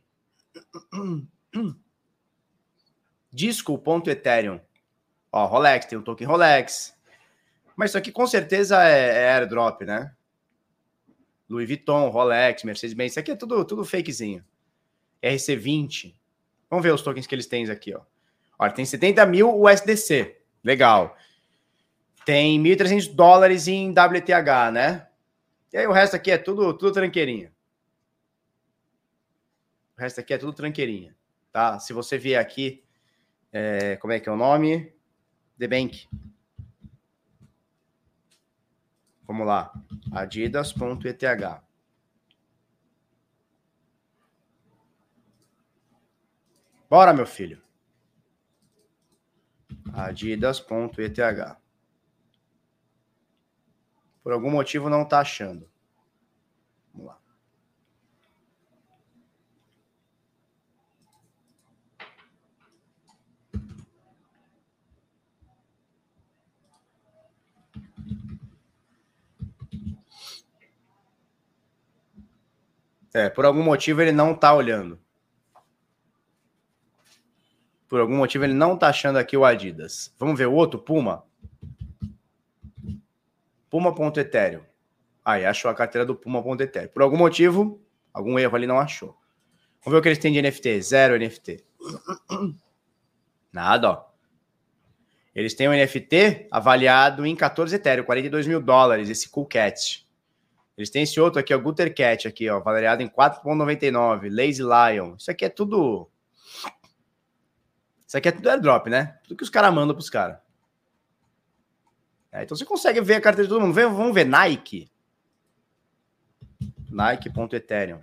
Disco.ethereum. Ó, Rolex, tem o token Rolex. Mas isso aqui com certeza é airdrop, né? Louis Vuitton, Rolex, Mercedes-Benz. Isso aqui é tudo fakezinho. RC20. Vamos ver os tokens que eles têm aqui, ó. Olha, tem 70 mil USDC. Legal. Tem $1.300 em WTH, né? E aí o resto aqui é tudo tranqueirinha. O resto aqui é tudo tranqueirinha, tá? Se você vier aqui, como é que é o nome? The Bank. Vamos lá. Adidas.eth. Bora, meu filho. Adidas.eth. Por algum motivo não tá achando. Vamos lá. Por algum motivo ele não tá olhando. Por algum motivo ele não tá achando aqui o Adidas. Vamos ver o outro, Puma. Puma.ethereum. Aí, achou a carteira do Puma.ethereum. Por algum motivo, algum erro ali não achou. Vamos ver o que eles têm de NFT. 0 NFT. Nada, ó. Eles têm um NFT avaliado em 14 Ethereum, $42 mil, esse Cool Cat. Eles têm esse outro aqui, ó, Gutter Cat, aqui, ó, avaliado em 4,99. Lazy Lion. Isso aqui é tudo... Isso aqui é tudo airdrop, né? Tudo que os caras mandam pros caras. Então você consegue ver a carteira de todo mundo. Vamos ver Nike. Nike.ethereum.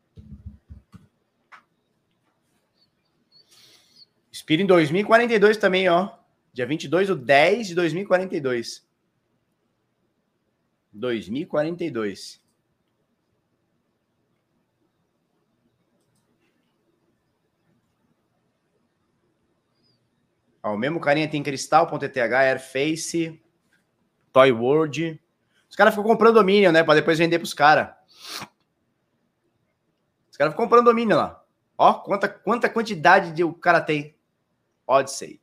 Expira em 2042 também, ó. Dia 22/10/2042. 2042. Ó, o mesmo carinha tem Cristal.eth, Airface, Toy World. Os caras ficam comprando domínio, né? Pra depois vender pros caras. Os caras ficam comprando domínio lá. Ó, quanta quantidade o cara tem. Odyssey.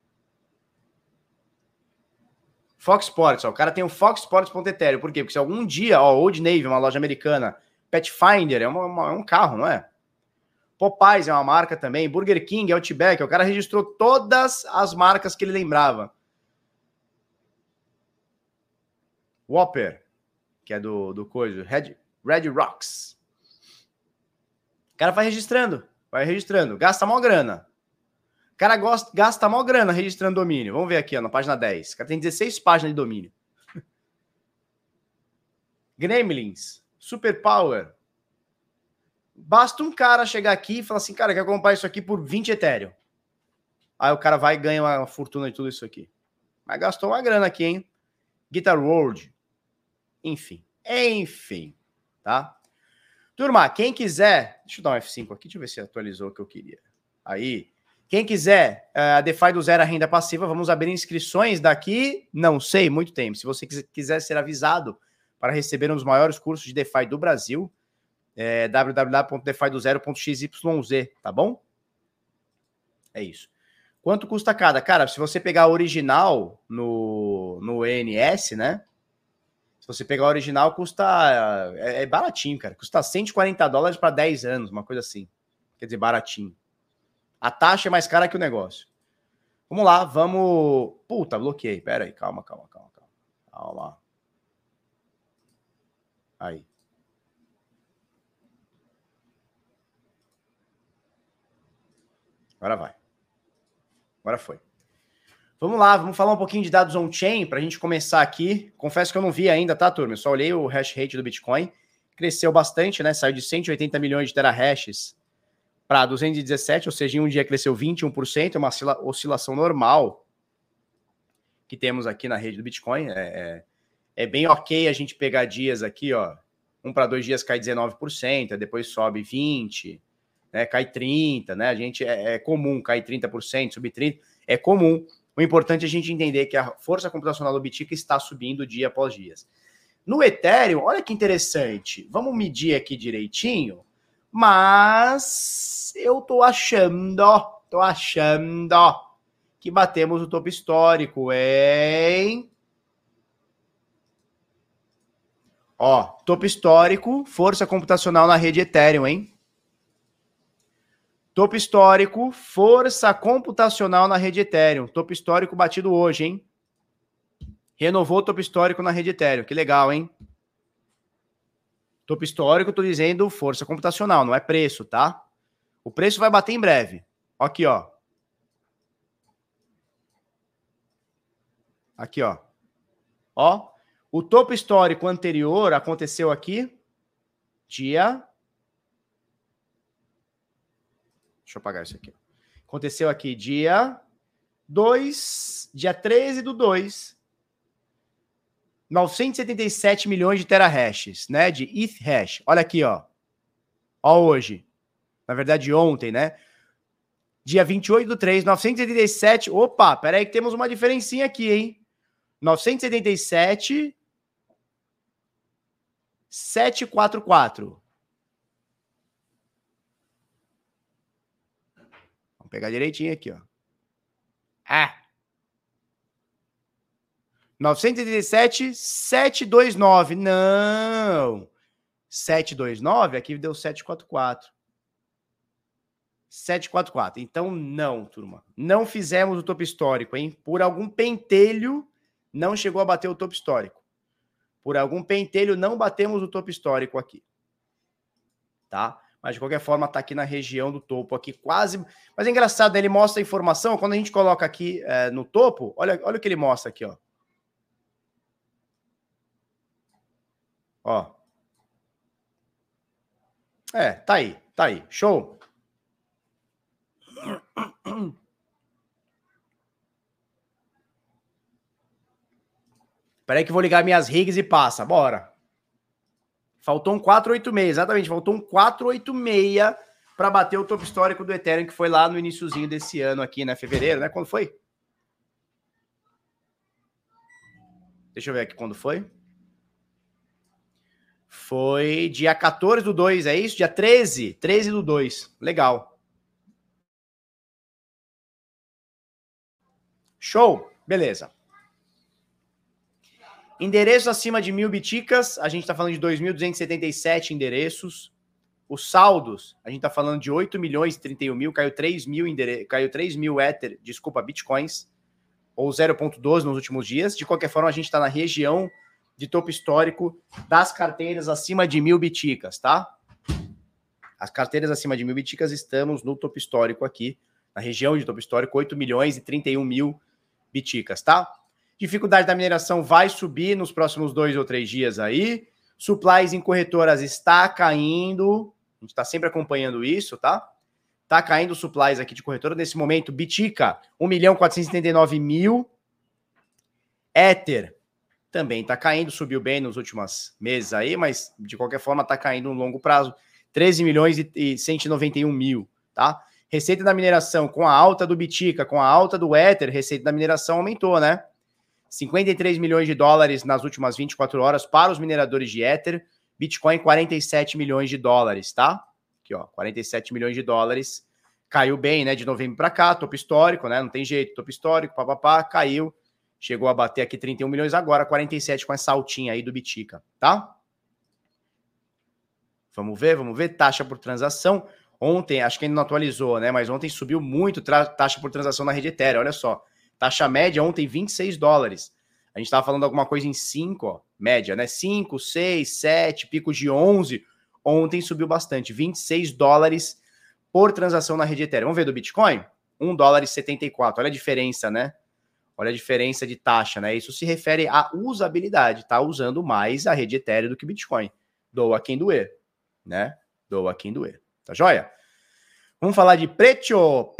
Fox Sports, ó. O cara tem o foxsports.ethereum. Por quê? Porque se algum dia, ó, Old Navy, uma loja americana, Pathfinder, é um carro, não é? Popeyes é uma marca também. Burger King, Outback. O cara registrou todas as marcas que ele lembrava. Whopper, que é do coisa. Red Rocks. O cara vai registrando. Gasta mó grana. O cara gasta mó grana registrando domínio. Vamos ver aqui, ó, na página 10. O cara tem 16 páginas de domínio. Gremlins, Superpower. Basta um cara chegar aqui e falar assim, cara, quer comprar isso aqui por 20 Ethereum. Aí o cara vai e ganha uma fortuna de tudo isso aqui. Mas gastou uma grana aqui, hein? Guitar World. Enfim, tá? Turma, quem quiser... Deixa eu dar um F5 aqui, deixa eu ver se atualizou o que eu queria. Aí, Quem quiser a DeFi do zero a renda passiva, vamos abrir inscrições daqui, não sei, muito tempo. Se você quiser ser avisado para receber um dos maiores cursos de DeFi do Brasil, www.defidozero.xyz, tá bom? É isso. Quanto custa cada? Cara, se você pegar a original no ENS, né? Se você pegar a original, custa... É baratinho, cara. Custa $140 para 10 anos, uma coisa assim. Quer dizer, baratinho. A taxa é mais cara que o negócio. Vamos lá, vamos... Puta, bloqueei. Pera aí, calma. Calma. Aí. Agora vai. Agora foi. Vamos lá, vamos falar um pouquinho de dados on-chain para a gente começar aqui. Confesso que eu não vi ainda, tá, turma? Eu só olhei o hash rate do Bitcoin. Cresceu bastante, né? Saiu de 180 milhões de terahashes para 217, ou seja, em um dia cresceu 21%, é uma oscilação normal que temos aqui na rede do Bitcoin. É bem ok a gente pegar dias aqui, ó, 1 para 2 dias cai 19%, depois sobe 20%, né, cai 30%, né? A gente é comum cair 30%, subir 30%, é comum. O importante é a gente entender que a força computacional do Bitica está subindo dia após dia. No Ethereum, olha que interessante, vamos medir aqui direitinho, mas eu tô achando que batemos o topo histórico, hein? Ó, topo histórico, força computacional na rede Ethereum, hein? Topo histórico, força computacional na rede Ethereum. Topo histórico batido hoje, hein? Renovou o topo histórico na rede Ethereum. Que legal, hein? Topo histórico, tô dizendo força computacional, não é preço, tá? O preço vai bater em breve. Aqui, ó. Aqui, ó. Ó. O topo histórico anterior aconteceu aqui dia... Deixa eu apagar isso aqui. Aconteceu aqui dia 13/2. 977 milhões de terahashes, né? De ETH hash. Olha aqui, ó. Ó hoje. Na verdade, ontem, né? Dia 28/3, 977. Opa, peraí que temos uma diferencinha aqui, hein? 977, 744. Vamos pegar direitinho aqui, ó. 987, 729. Não. 729, aqui deu 744. 744. Então, não, turma. Não fizemos o topo histórico, hein? Por algum pentelho, não chegou a bater o topo histórico. Por algum pentelho, não batemos o topo histórico aqui. Tá? Mas, de qualquer forma, tá aqui na região do topo, aqui quase... Mas é engraçado, né? Ele mostra a informação, quando a gente coloca aqui no topo, olha o que ele mostra aqui, ó. Ó. Tá aí. Show. Peraí que eu vou ligar minhas rigs e passa. Bora. Faltou um 486, exatamente. Faltou um 486 para bater o topo histórico do Ethereum, que foi lá no iniciozinho desse ano aqui, né? Fevereiro, né? Quando foi? Deixa eu ver aqui quando foi. Foi dia 14/2, é isso? Dia 13/2. Legal. Show. Beleza. Endereços acima de 1.000 biticas, a gente está falando de 2.277 endereços. Os saldos, a gente está falando de 8.031.000, caiu 3.000 Ether, desculpa, bitcoins, ou 0,12 nos últimos dias. De qualquer forma, a gente está na região de topo histórico das carteiras acima de 1.000 biticas, tá? As carteiras acima de 1.000 biticas, estamos no topo histórico aqui, na região de topo histórico, 8.031.000 biticas, tá? Dificuldade da mineração vai subir nos próximos 2 ou 3 dias aí. Supplies em corretoras está caindo. A gente está sempre acompanhando isso, tá? Tá caindo supplies aqui de corretora. Nesse momento, Bitica, 1.479.000. Ether também tá caindo. Subiu bem nos últimos meses aí, mas de qualquer forma tá caindo no longo prazo. 13.191.000, tá? Receita da mineração com a alta do Bitica, com a alta do Ether, receita da mineração aumentou, né? 53 milhões de dólares nas últimas 24 horas para os mineradores de Ether. Bitcoin, 47 milhões de dólares, tá? Aqui, ó, 47 milhões de dólares. Caiu bem, né? De novembro para cá, topo histórico, né? Não tem jeito, topo histórico, papapá, caiu. Chegou a bater aqui 31 milhões, agora 47 com essa altinha aí do Bitica, tá? Vamos ver. Taxa por transação. Ontem, acho que ainda não atualizou, né? Mas ontem subiu muito taxa por transação na rede Ethereum, olha só. Taxa média ontem, 26 dólares. A gente estava falando alguma coisa em 5, ó, média, né? 5, 6, 7, picos de 11. Ontem subiu bastante, 26 dólares por transação na rede Ethereum. Vamos ver do Bitcoin? 1 dólar e 74. Olha a diferença, né? Olha a diferença de taxa, né? Isso se refere à usabilidade. Tá usando mais a rede Ethereum do que o Bitcoin. Doa quem doer, né? Doa quem doer. Tá joia? Vamos falar de preço.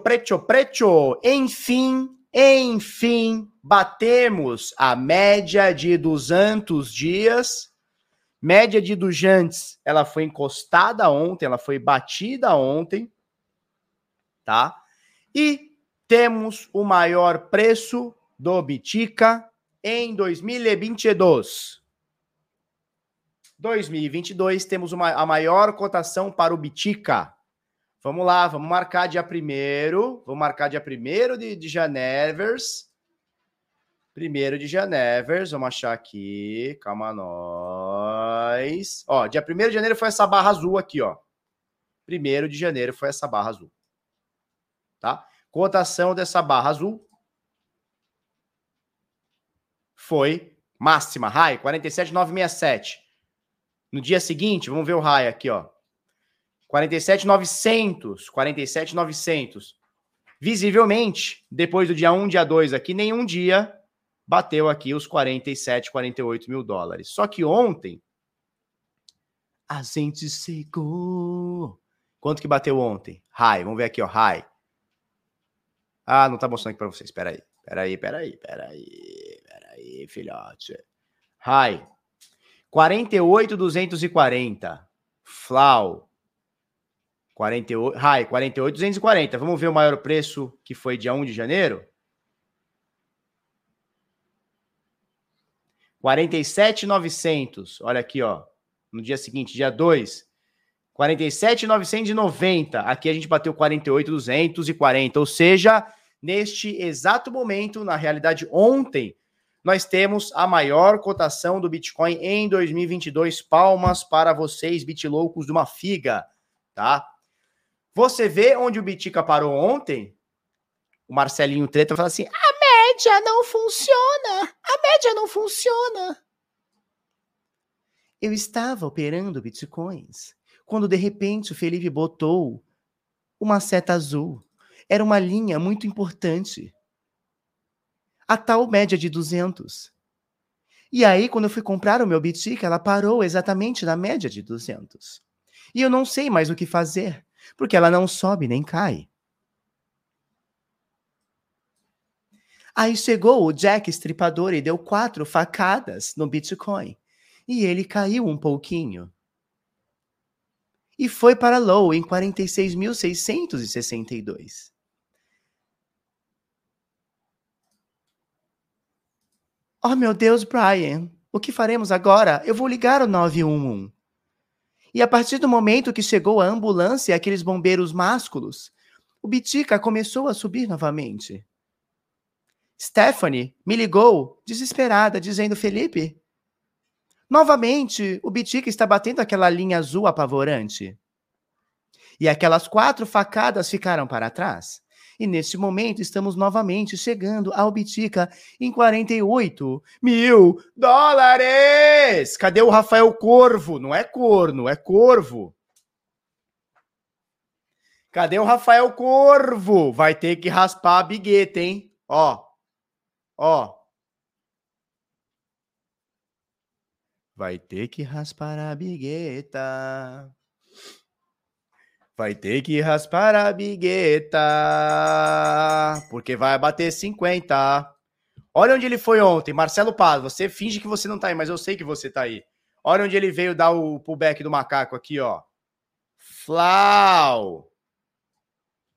Enfim, batemos a média de 200 dias. Média de 200, ela foi encostada ontem, ela foi batida ontem, tá? E temos o maior preço do Bitica em 2022. 2022, temos a maior cotação para o Bitica. Vamos lá, vamos marcar dia 1º. Vamos marcar dia 1º de janeiro. 1º de janeiro, vamos achar aqui. Calma nós. Ó, dia 1º de janeiro foi essa barra azul aqui, ó. 1º de janeiro foi essa barra azul. Tá? Cotação dessa barra azul foi máxima, high, 47,967. No dia seguinte, vamos ver o high aqui, ó. 47,900. Visivelmente, depois do dia 1, dia 2 aqui, nenhum dia bateu aqui os 47, 48 mil dólares. Só que ontem, a gente chegou. Quanto que bateu ontem? High, vamos ver aqui, ó, high. Ah, não tá mostrando aqui pra vocês, peraí, filhote. High, 48,240. Flau. 48, high, 48,240. Vamos ver o maior preço que foi dia 1 de janeiro? 47,900. Olha aqui, ó. No dia seguinte, dia 2. 47,990. Aqui a gente bateu 48,240. Ou seja, neste exato momento, na realidade ontem, nós temos a maior cotação do Bitcoin em 2022. Palmas para vocês, bitloucos de uma figa, tá? Você vê onde o Bitica parou ontem? O Marcelinho Treta fala assim, a média não funciona. Eu estava operando bitcoins quando de repente o Felipe botou uma seta azul. Era uma linha muito importante. A tal média de 200. E aí, quando eu fui comprar o meu Bitica, ela parou exatamente na média de 200. E eu não sei mais o que fazer, porque ela não sobe nem cai. Aí chegou o Jack Estripador e deu 4 facadas no Bitcoin. E ele caiu um pouquinho. E foi para low em 46.662. Oh, meu Deus, Brian, o que faremos agora? Eu vou ligar o 911. E a partir do momento que chegou a ambulância e aqueles bombeiros másculos, o Bitica começou a subir novamente. Stephanie me ligou, desesperada, dizendo, Felipe, novamente o Bitica está batendo aquela linha azul apavorante. E aquelas 4 facadas ficaram para trás. E neste momento estamos novamente chegando ao Bitica em 48 mil dólares. Cadê o Rafael Corvo? Não é corno, é corvo. Cadê o Rafael Corvo? Vai ter que raspar a bigueta, hein? Ó. Vai ter que raspar a bigueta. Vai ter que raspar a bigueta, porque vai bater 50. Olha onde ele foi ontem, Marcelo Paz. Você finge que você não tá aí, mas eu sei que você tá aí. Olha onde ele veio dar o pullback do macaco aqui, ó. Flau.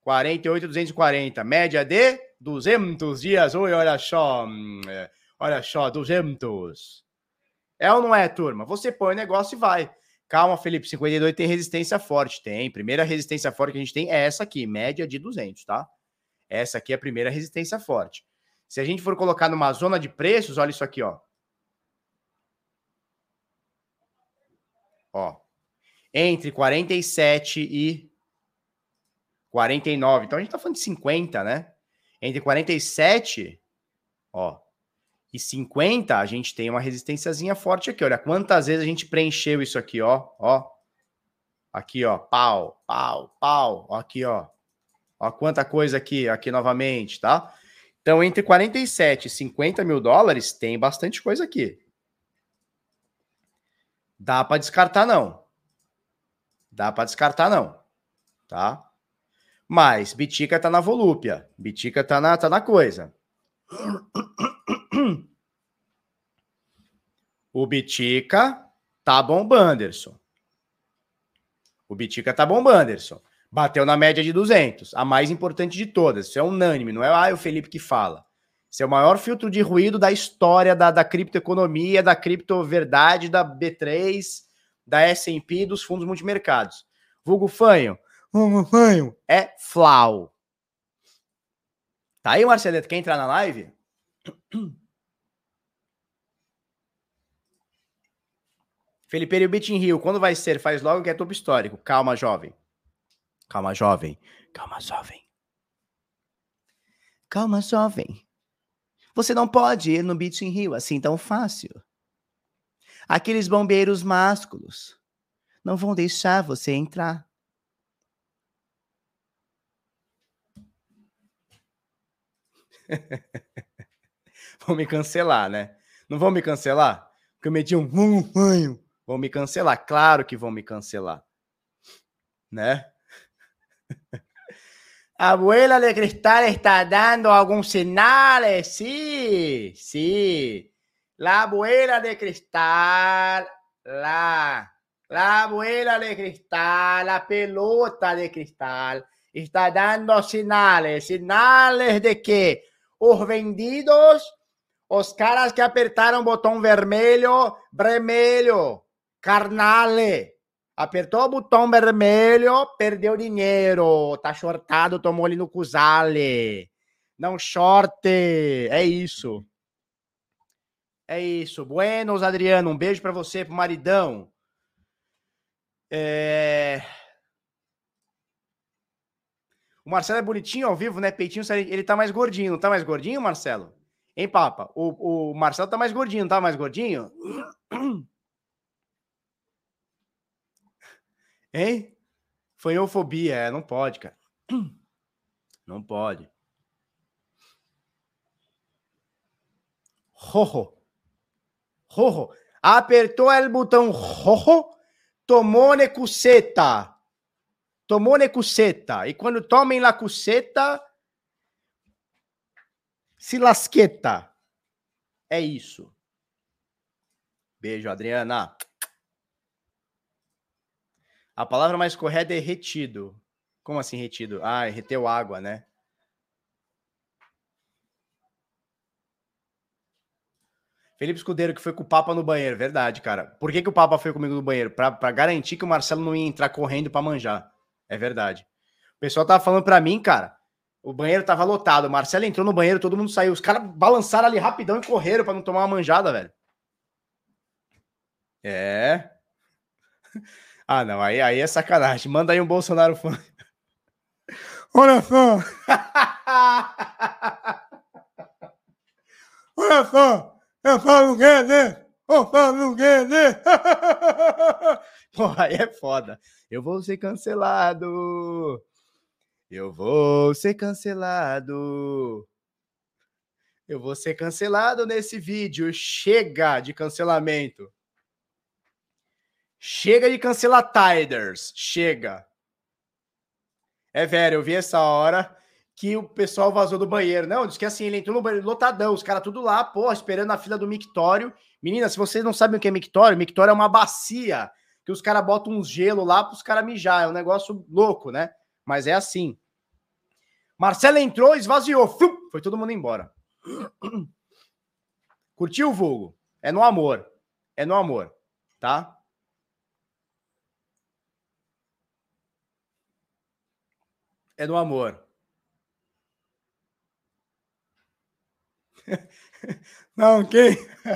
48,240. Média de 200 dias. Oi, olha só. Olha só, 200. É ou não é, turma? Você põe o negócio e vai. Calma, Felipe, 52 tem resistência forte. Tem. Primeira resistência forte que a gente tem é essa aqui, média de 200, tá? Essa aqui é a primeira resistência forte. Se a gente for colocar numa zona de preços, olha isso aqui, ó. Ó. Entre 47 e 49. Então a gente tá falando de 50, né? Entre 47, ó, e 50, a gente tem uma resistênciazinha forte aqui. Olha quantas vezes a gente preencheu isso aqui, ó. Ó. Aqui, ó. Pau, pau, pau. Ó, aqui, ó. Ó quanta coisa aqui novamente, tá? Então, entre 47 e 50 mil dólares, tem bastante coisa aqui. Dá para descartar, não. Dá para descartar, não. Tá? Mas Bitica tá na volúpia. Bitica tá na coisa. O Bitica tá bombando, Anderson. O Bitica tá bombando, Anderson. Bateu na média de 200. A mais importante de todas. Isso é unânime, não é o Felipe que fala. Isso é o maior filtro de ruído da história da criptoeconomia, da criptoverdade, da B3, da S&P, dos fundos multimercados. Vulgo fanho. Vulgo fanho é flau. Tá aí, Marceleto? Quer entrar na live? Felipe, e o Bit in Rio, quando vai ser? Faz logo que é topo histórico. Calma, jovem. Calma, jovem. Calma, jovem. Calma, jovem. Você não pode ir no Bit in Rio assim tão fácil. Aqueles bombeiros másculos não vão deixar você entrar. Vão me cancelar, né? Não vão me cancelar? Porque eu meti um banho. Vão me cancelar. Claro que vão me cancelar. Né? Abuela de Cristal está dando alguns sinais. Sí, sí. La abuela de Cristal, la abuela de Cristal, la pelota de Cristal, está dando sinales. ¿Sinales de qué? Os vendidos, os caras que apertaram o botão vermelho, carnale. Apertou o botão vermelho, perdeu dinheiro. Tá shortado, tomou ali no Cusale. Não shorte. É isso. É isso. Buenos, Adriano. Um beijo pra você, pro maridão. O Marcelo é bonitinho ao vivo, né? Peitinho, ele tá mais gordinho. Não tá mais gordinho, Marcelo? Hein, Papa? O Marcelo tá mais gordinho, não tá mais gordinho? Hein? Fanhofobia, não pode, cara. Não pode. Rojo. Rojo. Apertou o botão rojo, tomou necuceta. Tomou necuceta. E quando tomem la cuceta, se lasqueta. É isso. Beijo, Adriana. A palavra mais correta é retido. Como assim retido? Ah, reteu água, né? Felipe Escudeiro, que foi com o Papa no banheiro. Verdade, cara. Por que o Papa foi comigo no banheiro? Pra garantir que o Marcelo não ia entrar correndo pra manjar. É verdade. O pessoal tava falando pra mim, cara, o banheiro tava lotado. O Marcelo entrou no banheiro, todo mundo saiu. Os caras balançaram ali rapidão e correram pra não tomar uma manjada, velho. É. Ah, não. Aí é sacanagem. Manda aí um Bolsonaro fã. Olha só. Olha só. Eu falo Guedes. Eu falo Guedes. Porra, aí é foda. Eu vou ser cancelado. Eu vou ser cancelado. Eu vou ser cancelado nesse vídeo. Chega de cancelamento. Chega de cancelar Tiders. Chega. É, velho, eu vi essa hora que o pessoal vazou do banheiro. Não, diz que assim, ele entrou no banheiro lotadão, os caras tudo lá, pô, esperando na fila do mictório. Menina, se vocês não sabem o que é mictório é uma bacia que os caras botam uns gelo lá para os caras mijar. É um negócio louco, né? Mas é assim. Marcelo entrou, esvaziou. Foi todo mundo embora. Curtiu o vulgo? É no amor. É no amor, tá? É no amor. Não, quem?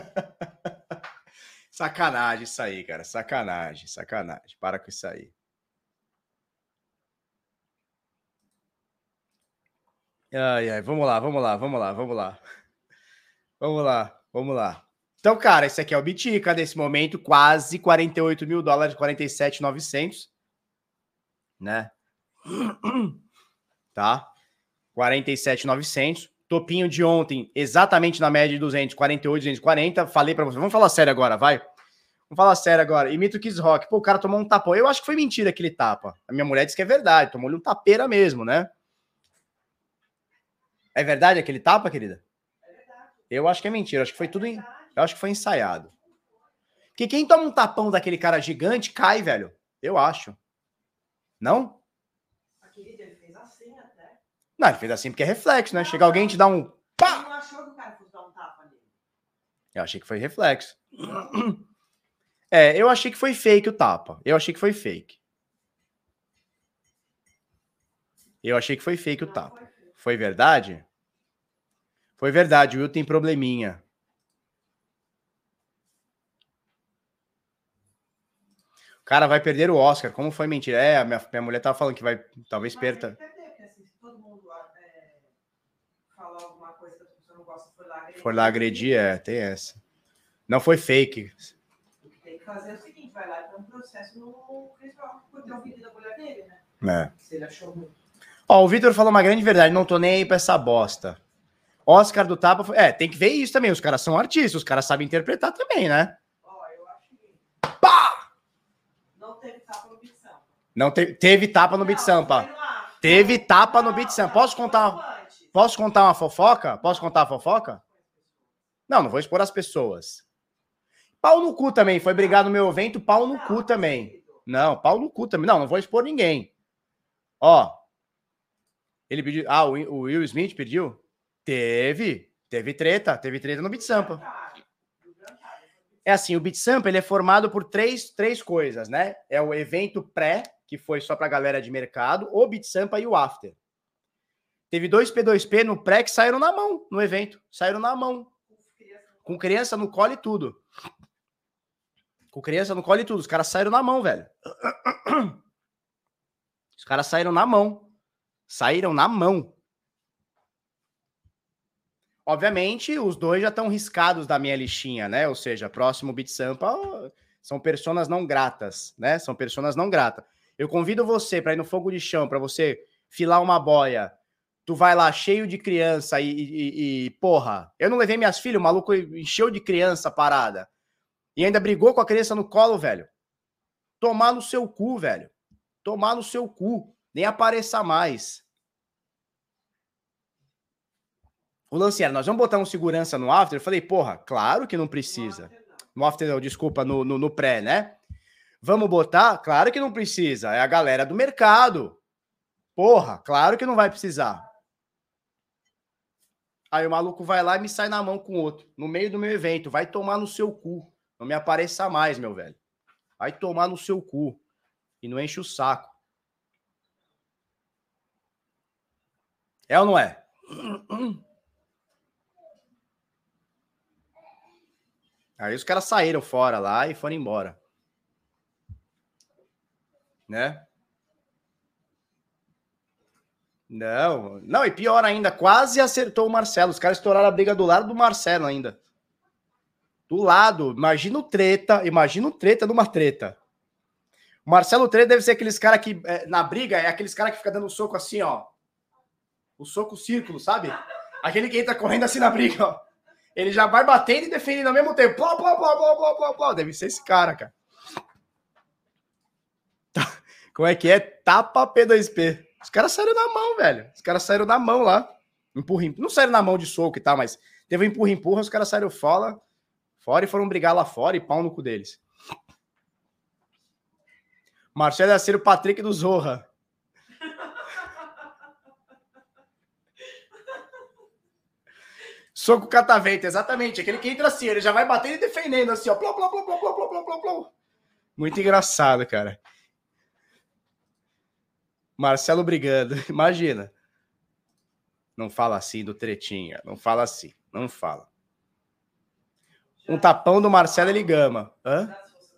Sacanagem isso aí, cara. Sacanagem, sacanagem. Para com isso aí. Ai, ai, vamos lá. Vamos lá. Então, cara, esse aqui é o Bitica, nesse momento, quase $48 mil, 47.900, né? Tá? 47.900. Topinho de ontem, exatamente na média de 248, 240. Falei pra você. Vamos falar sério agora, vai. Vamos falar sério agora. Imita o Kiss Rock. Pô, o cara tomou um tapão. Eu acho que foi mentira aquele tapa. A minha mulher disse que é verdade. Tomou-lhe um tapeira mesmo, né? É verdade aquele tapa, querida? É verdade. Eu acho que é mentira. Eu acho que foi tudo. Eu acho que foi ensaiado. Porque quem toma um tapão daquele cara gigante cai, velho. Eu acho. Não? Ele fez assim até. Não, ele fez assim porque é reflexo, né? Chega alguém e te dá um. Pá! Ele não achou que o cara fosse dar um tapa nele. Eu achei que foi reflexo. É, eu achei que foi fake o tapa. Eu achei que foi fake. O tapa. Foi verdade? Foi verdade. O Will tem probleminha. O cara vai perder o Oscar. Como foi mentira? É, a minha mulher tava falando que vai talvez perca. Porque assim, se todo mundo falar alguma coisa que a pessoa não gosta, for lá agredir, tem essa. Não foi fake. O que tem que fazer é o seguinte, vai lá e tem um processo no Chris Rock por ter ouvido da mulher dele, né? Se ele achou muito. Ó, o Vitor falou uma grande verdade, não tô nem aí pra essa bosta. Oscar do Tapa foi... tem que ver isso também, os caras são artistas, os caras sabem interpretar também, né? Ó, eu acho que... Pá! Não teve tapa no Beat Sampa. Não teve tapa no Beat Sampa. Teve tapa no Beat Sampa. Posso contar uma fofoca? Posso contar a fofoca? Não vou expor as pessoas. Pau no cu também, foi brigar no meu evento, pau no cu também. Não, pau no cu também. Não vou expor ninguém. Ó, ele pediu... Ah, o Will Smith pediu? Teve treta no Beat Sampa. É assim, o Beat Sampa, ele é formado por três coisas, né? É o evento pré, que foi só pra galera de mercado, o Beat Sampa e o after. Teve 2 P2P no pré que saíram na mão no evento. Saíram na mão. Com criança no colo e tudo. Os caras saíram na mão, velho. Os caras saíram na mão. Obviamente, os dois já estão riscados da minha listinha, né? Ou seja, próximo Beat Sampa são personas não gratas, né? São personas não gratas. Eu convido você para ir no fogo de chão, para você filar uma boia. Tu vai lá cheio de criança e porra, eu não levei minhas filhas, o maluco encheu de criança parada. E ainda brigou com a criança no colo, velho. Tomar no seu cu, velho. Tomar no seu cu. Nem apareça mais. O lance era, nós vamos botar um segurança no after? Eu falei, porra, claro que não precisa. No after não, desculpa, no pré, né? Vamos botar? Claro que não precisa. É a galera do mercado. Porra, claro que não vai precisar. Aí o maluco vai lá e me sai na mão com o outro. No meio do meu evento. Vai tomar no seu cu. Não me apareça mais, meu velho. Vai tomar no seu cu. E não enche o saco. É ou não é? Aí os caras saíram fora lá e foram embora. Né? Não, e pior ainda, quase acertou o Marcelo. Os caras estouraram a briga do lado do Marcelo ainda. Do lado. Imagina o treta numa treta. O Marcelo Treta deve ser aqueles caras que, na briga, é aqueles caras que fica dando um soco assim, ó. O soco círculo, sabe? Aquele que entra correndo assim na briga, ó. Ele já vai batendo e defendendo ao mesmo tempo. Plá, plá, plá, plá, plá, plá, plá. Deve ser esse cara. Como é que é? Tapa P2P. Os caras saíram na mão, velho. Os caras saíram na mão lá. Empurra. Não saíram na mão de soco e tal, mas teve um empurra-empurra, os caras saíram fora e foram brigar lá fora e pau no cu deles. Marcelo ia ser o Patrick do Zorra. Soco catavento, exatamente. Aquele que entra assim, ele já vai batendo e defendendo assim, ó. Plô, plô, plô, plô, plô, plô, plô, plô. Muito engraçado, cara. Marcelo brigando, imagina. Não fala assim do Tretinha, não fala assim, não fala. Um tapão do Marcelo, ele gama. Hã?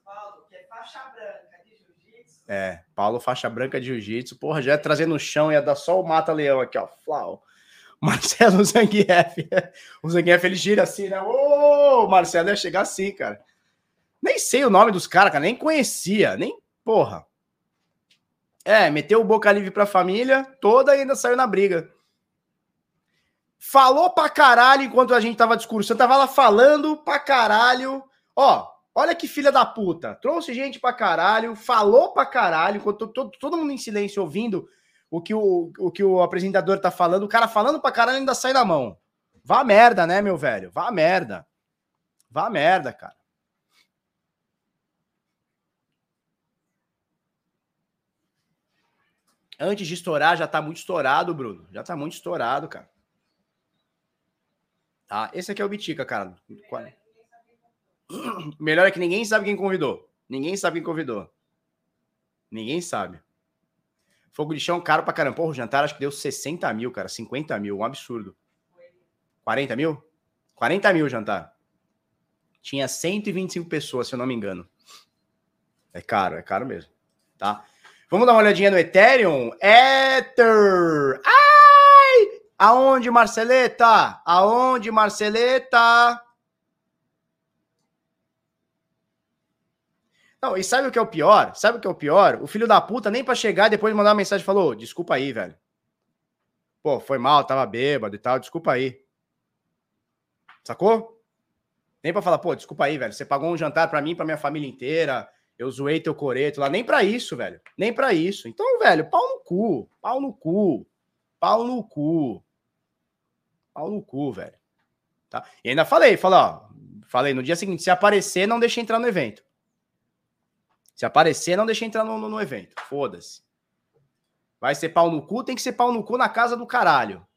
É, Paulo faixa branca de jiu-jitsu. Porra, já ia trazer no chão, ia dar só o mata-leão aqui, ó. Flau. Marcelo Zangief. O Zangief, ele gira assim, né? Ô, o Marcelo ia chegar assim, cara. Nem sei o nome dos caras, cara. Nem conhecia. Nem, porra. É, meteu o boca livre pra família toda e ainda saiu na briga. Falou pra caralho enquanto a gente tava discursando. Tava lá falando pra caralho. Ó, olha que filha da puta. Trouxe gente pra caralho. Falou pra caralho. Enquanto todo mundo em silêncio ouvindo o que o apresentador tá falando. O cara falando pra caralho ainda sai na mão. Vá merda, né, meu velho? Vá merda. Vá merda, cara. Antes de estourar, já tá muito estourado, Bruno. Já tá muito estourado, cara. Tá? Esse aqui é o Bitica, cara. Melhor é que ninguém sabe quem convidou. Ninguém sabe quem convidou. Ninguém sabe. Fogo de chão caro pra caramba. Porra, o jantar acho que deu 60 mil, cara. 50 mil, um absurdo. 40 mil? 40 mil o jantar. Tinha 125 pessoas, se eu não me engano. É caro mesmo. Tá? Vamos dar uma olhadinha no Ethereum? Ether! Ai! Aonde, Marceleta? Aonde, Marceleta? Não, e sabe o que é o pior? Sabe o que é o pior? O filho da puta nem pra chegar depois de mandar uma mensagem falou, desculpa aí, velho. Pô, foi mal, tava bêbado e tal, desculpa aí. Sacou? Nem pra falar, pô, desculpa aí, velho. Você pagou um jantar pra mim, pra minha família inteira. Eu zoei teu coreto lá. Nem pra isso, velho. Nem pra isso. Então, velho, pau no cu. Pau no cu. Pau no cu. Pau no cu, velho. Tá? E ainda falei, ó. Falei, no dia seguinte, se aparecer, não deixa entrar no evento. Se aparecer, não deixa entrar no evento. Foda-se. Vai ser pau no cu, tem que ser pau no cu na casa do caralho.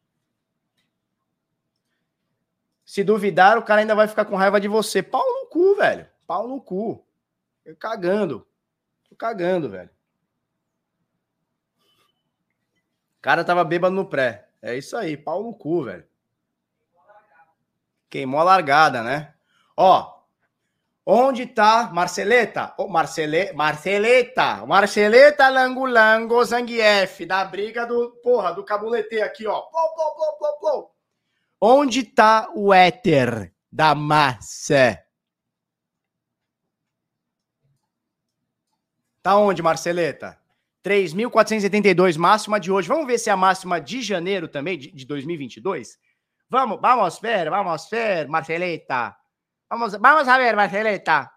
Se duvidar, o cara ainda vai ficar com raiva de você. Pau no cu, velho. Pau no cu. Eu cagando. Tô cagando, velho. O cara tava bêbado no pré. É isso aí, pau no cu, velho. Queimou a largada, né? Ó, onde tá Marceleta? Oh, Marceleta Lango Zangief, da briga do, porra, do cabulete aqui, ó. Plou, plou, plou, plou, plou. Onde tá o éter da massa? Tá onde, Marceleta? 3.472, máxima de hoje. Vamos ver se é a máxima de janeiro também, de 2022? Vamos ver, Marceleta. Vamos a ver, Marceleta.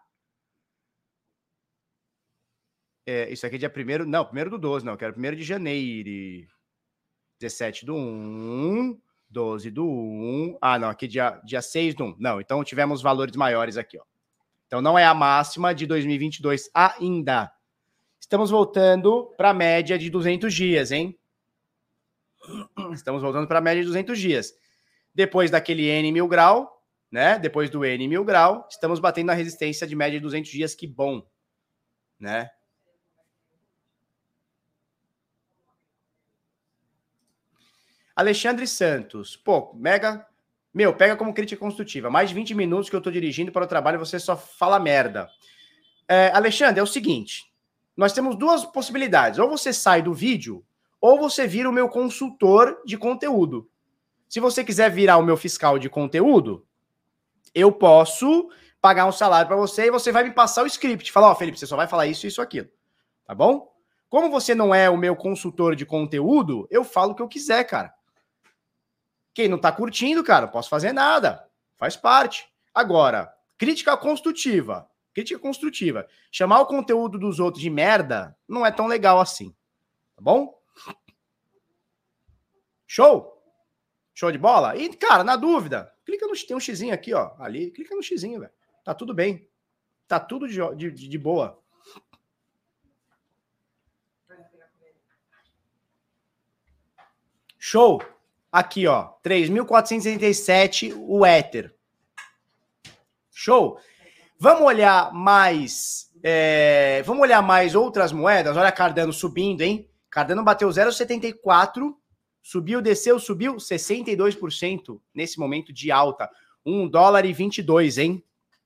É, isso aqui é dia 1º, não, 1º do 12, não, quero 1º de janeiro. 17 do 1, 12 do 1. Ah, não, aqui dia 6 do 1. Não, então tivemos valores maiores aqui, ó. Então não é a máxima de 2022 ainda. Estamos voltando para a média de 200 dias, hein? Estamos voltando para a média de 200 dias. Depois daquele N 1000 grau, né? Depois do N 1000 grau, estamos batendo na resistência de média de 200 dias, que bom, né? Alexandre Santos, pô, mega... Meu, pega como crítica construtiva. Mais de 20 minutos que eu tô dirigindo para o trabalho, você só fala merda. Alexandre, é o seguinte, nós temos duas possibilidades. Ou você sai do vídeo, ou você vira o meu consultor de conteúdo. Se você quiser virar o meu fiscal de conteúdo, eu posso pagar um salário para você e você vai me passar o script. Falar, ó, Felipe, você só vai falar isso, isso, aquilo. Tá bom? Como você não é o meu consultor de conteúdo, eu falo o que eu quiser, cara. Quem não tá curtindo, cara, não posso fazer nada. Faz parte. Agora, crítica construtiva. Crítica construtiva. Chamar o conteúdo dos outros de merda não é tão legal assim. Tá bom? Show? Show de bola? E, cara, na dúvida, clica no... Tem um xizinho aqui, ó. Ali, clica no xizinho, velho. Tá tudo bem. Tá tudo de boa. Show? Aqui, ó, 3.467 o Ether. Show? Vamos olhar mais outras moedas. Olha a Cardano subindo, hein? Cardano bateu 0,74, subiu, desceu, subiu 62% nesse momento de alta. $1,22, hein?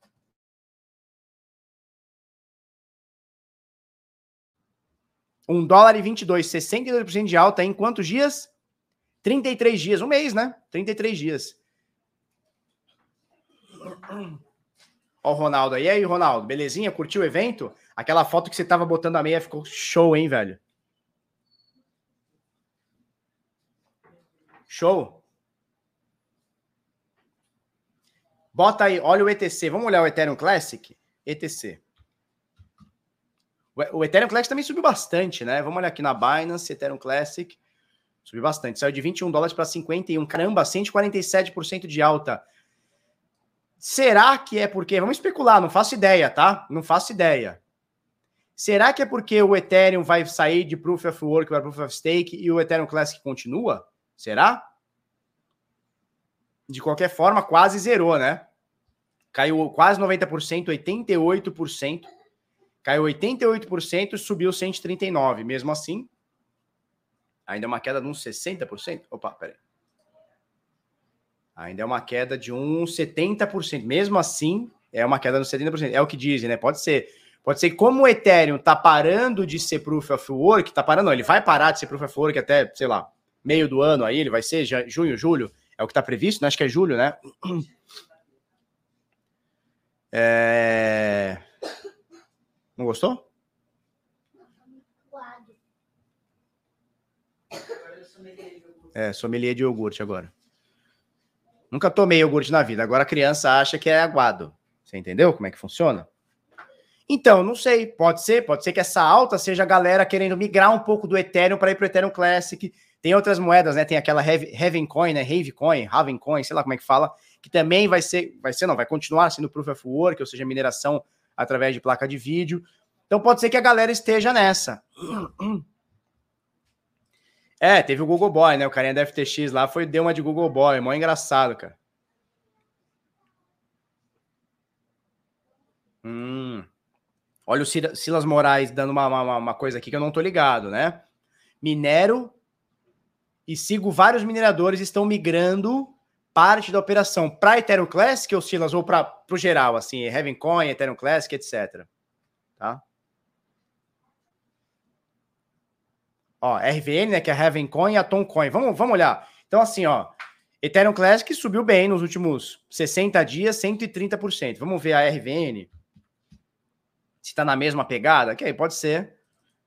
$1,22, 62% de alta em quantos dias? 33 dias, um mês, né? 33 dias. Ó o Ronaldo aí. E aí, Ronaldo, belezinha? Curtiu o evento? Aquela foto que você tava botando a meia ficou show, hein, velho? Show. Bota aí, olha o ETC. Vamos olhar o Ethereum Classic? ETC. O Ethereum Classic também subiu bastante, né? Vamos olhar aqui na Binance, Ethereum Classic. Subiu bastante. Saiu de $21 para 51. Caramba, 147% de alta. Será que é porque... Vamos especular, não faço ideia, tá? Não faço ideia. Será que é porque o Ethereum vai sair de Proof of Work para Proof of Stake e o Ethereum Classic continua? Será? De qualquer forma, quase zerou, né? Caiu quase 90%, 88%. Caiu 88%, subiu 139%. Mesmo assim, ainda é uma queda de uns 60%. Opa, peraí. Ainda é uma queda de uns 70%. Mesmo assim, é uma queda de 70%. É o que dizem, né? Pode ser. Pode ser que como o Ethereum tá parando de ser Proof of Work, tá parando, não, ele vai parar de ser Proof of Work até, sei lá, meio do ano aí, ele vai ser junho, julho, é o que tá previsto, né? Acho que é julho, né? Não gostou? Sommelier de iogurte agora. Nunca tomei iogurte na vida, agora a criança acha que é aguado. Você entendeu como é que funciona? Então, não sei, pode ser que essa alta seja a galera querendo migrar um pouco do Ethereum para ir para o Ethereum Classic. Tem outras moedas, né? Tem aquela Ravencoin, né? Ravencoin, sei lá como é que fala, que também vai continuar sendo Proof of Work, ou seja, mineração através de placa de vídeo. Então pode ser que a galera esteja nessa. Teve o Google Boy, né? O carinha da FTX lá deu uma de Google Boy, mó engraçado, cara. Olha o Silas Moraes dando uma coisa aqui que eu não tô ligado, né? Minero e sigo vários mineradores estão migrando parte da operação para Ethereum Classic, ou Silas, ou para o geral, assim, Ravencoin, Ethereum Classic, etc. Tá? Ó, RVN, né, que é a Ravencoin e a Toncoin. Vamos olhar. Então, assim, ó, Ethereum Classic subiu bem nos últimos 60 dias, 130%. Vamos ver a RVN. Se tá na mesma pegada, ok, pode ser.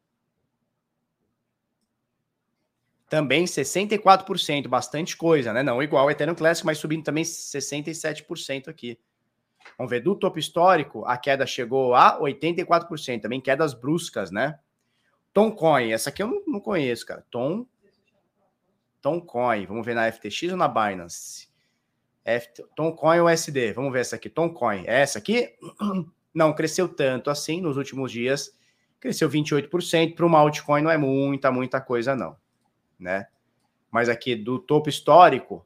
Também 64%, bastante coisa, né? Não igual ao Ethereum Classic, mas subindo também 67% aqui. Vamos ver, do topo histórico, a queda chegou a 84%, também quedas bruscas, né? Toncoin, essa aqui eu não conheço, cara. Toncoin, vamos ver na FTX ou na Binance? Toncoin USD, vamos ver essa aqui, Toncoin. Essa aqui não cresceu tanto assim nos últimos dias, cresceu 28%, para uma altcoin não é muita coisa não, né? Mas aqui do topo histórico,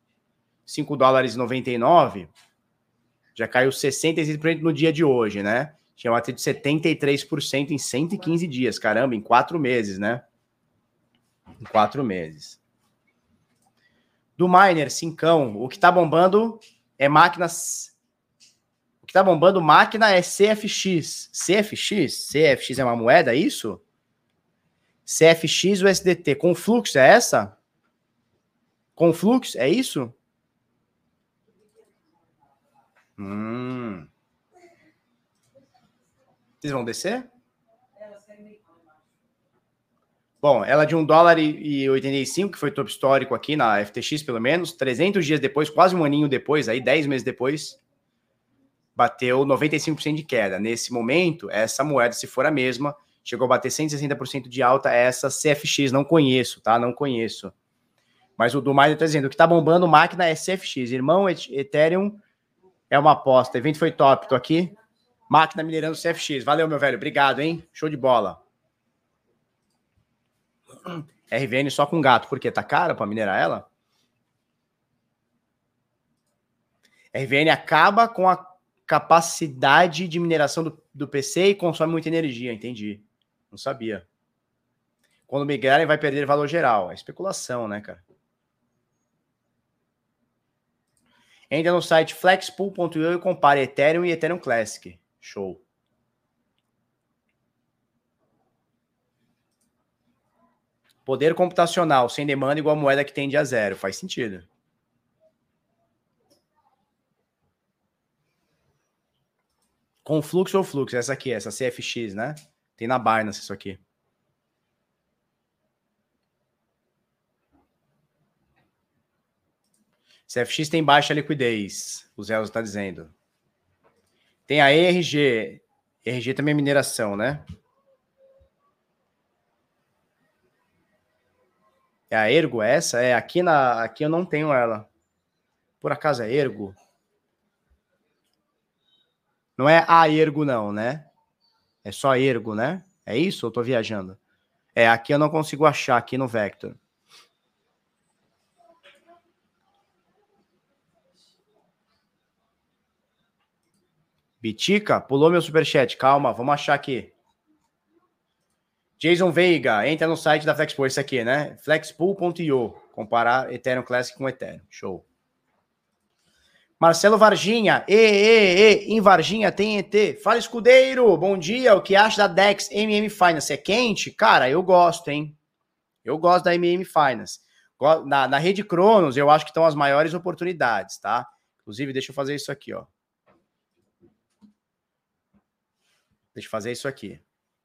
$5,99, já caiu 66% no dia de hoje, né? Tinha batido 73% em 115 dias, caramba, em 4 meses, né? Em 4 meses. Do miner, cincão, o que tá bombando é máquinas... O que tá bombando máquina é CFX. CFX? CFX é uma moeda, é isso? CFX USDT. Conflux, é essa? Conflux, é isso? Vocês vão descer? Bom, ela de $1,85, que foi topo histórico aqui na FTX, pelo menos, 300 dias depois, quase um aninho depois, aí 10 meses depois, bateu 95% de queda. Nesse momento, essa moeda, se for a mesma, chegou a bater 160% de alta. Essa CFX, não conheço, tá? Não conheço. Mas o do Miner tá dizendo, o que tá bombando máquina é CFX. Irmão, Ethereum é uma aposta. O evento foi top, tô aqui. Máquina minerando CFX. Valeu, meu velho. Obrigado, hein? Show de bola. RVN só com gato, porque tá caro pra minerar ela? RVN acaba com a capacidade de mineração do PC e consome muita energia, entendi. Não sabia. Quando migrarem, vai perder valor geral. É especulação, né, cara? Entra no site flexpool.io e compare Ethereum e Ethereum Classic. Show. Poder computacional sem demanda igual a moeda que tende a zero. Faz sentido. Com fluxo ou fluxo? Essa aqui, essa CFX, né? Tem na Binance isso aqui. CFX tem baixa liquidez, o Zé está dizendo. Tem a ERG. ERG também é mineração, né? É a Ergo essa? É, aqui eu não tenho ela. Por acaso é Ergo? Não é a Ergo não, né? É só Ergo, né? É isso? Eu tô viajando. É, aqui eu não consigo achar, aqui no Vector. Bitica, pulou meu superchat. Calma, vamos achar aqui. Jason Veiga, entra no site da Flexpool, esse aqui, né? Flexpool.io. Comparar Ethereum Classic com Ethereum. Show. Marcelo Varginha. Em Varginha tem ET. Fala, escudeiro. Bom dia. O que acha da DEX MM Finance? É quente? Cara, eu gosto, hein? Eu gosto da MM Finance. Na rede Cronos, eu acho que estão as maiores oportunidades, tá? Inclusive, deixa eu fazer isso aqui, ó. Deixa eu fazer isso aqui.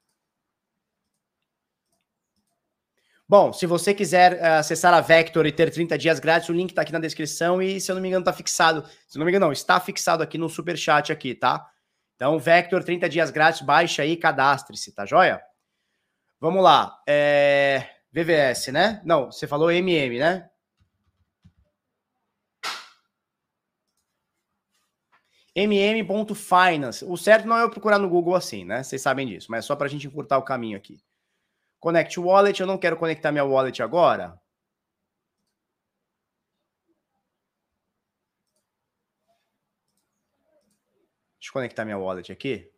Bom, se você quiser acessar a Vector e ter 30 dias grátis, o link tá aqui na descrição e, se eu não me engano, tá fixado. Se eu não me engano, não, está fixado aqui no superchat aqui, tá? Então, Vector, 30 dias grátis, baixa aí e cadastre-se, tá joia? Vamos lá. VVS, né? Não, você falou MM, né? MM.finance. O certo não é eu procurar no Google assim, né? Vocês sabem disso, mas é só pra gente encurtar o caminho aqui. Connect Wallet, eu não quero conectar minha wallet agora. Deixa eu conectar minha wallet aqui.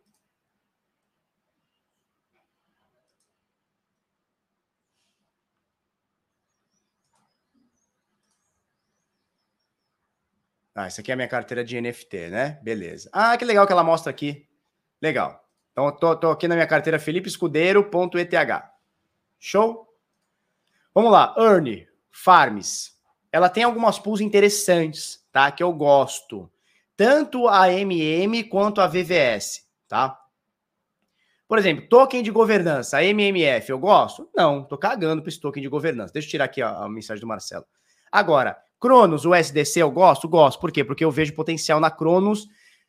Ah, essa aqui é a minha carteira de NFT, né? Beleza. Ah, que legal que ela mostra aqui. Legal. Então, eu tô aqui na minha carteira felipescudeiro.eth. Show? Vamos lá. Earn, Farms. Ela tem algumas pools interessantes, tá? Que eu gosto. Tanto a MM quanto a VVS, tá? Por exemplo, token de governança, a MMF, eu gosto? Não, tô cagando para esse token de governança. Deixa eu tirar aqui a mensagem do Marcelo. Agora, Cronos, o SDC, eu gosto? Gosto. Por quê? Porque eu vejo potencial na Cronos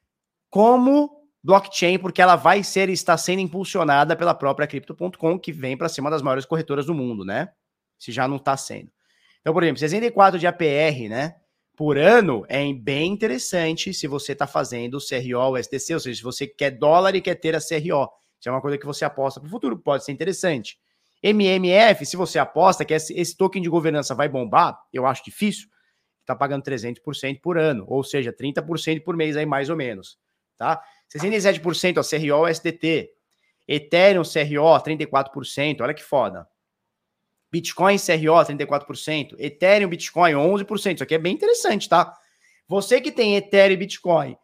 como blockchain, porque ela vai ser e está sendo impulsionada pela própria Crypto.com, que vem para ser uma das maiores corretoras do mundo, né? Se já não está sendo. Então, por exemplo, 64 de APR, né? Por ano é bem interessante se você está fazendo o CRO, o SDC, ou seja, se você quer dólar e quer ter a CRO. Isso é uma coisa que você aposta para o futuro, pode ser interessante. MMF, se você aposta que esse token de governança vai bombar, eu acho difícil, está pagando 300% por ano, ou seja, 30% por mês aí mais ou menos, tá? 67% a CRO SDT, Ethereum CRO 34%, olha que foda. Bitcoin CRO 34%, Ethereum Bitcoin 11%, isso aqui é bem interessante, tá? Você que tem Ethereum e Bitcoin,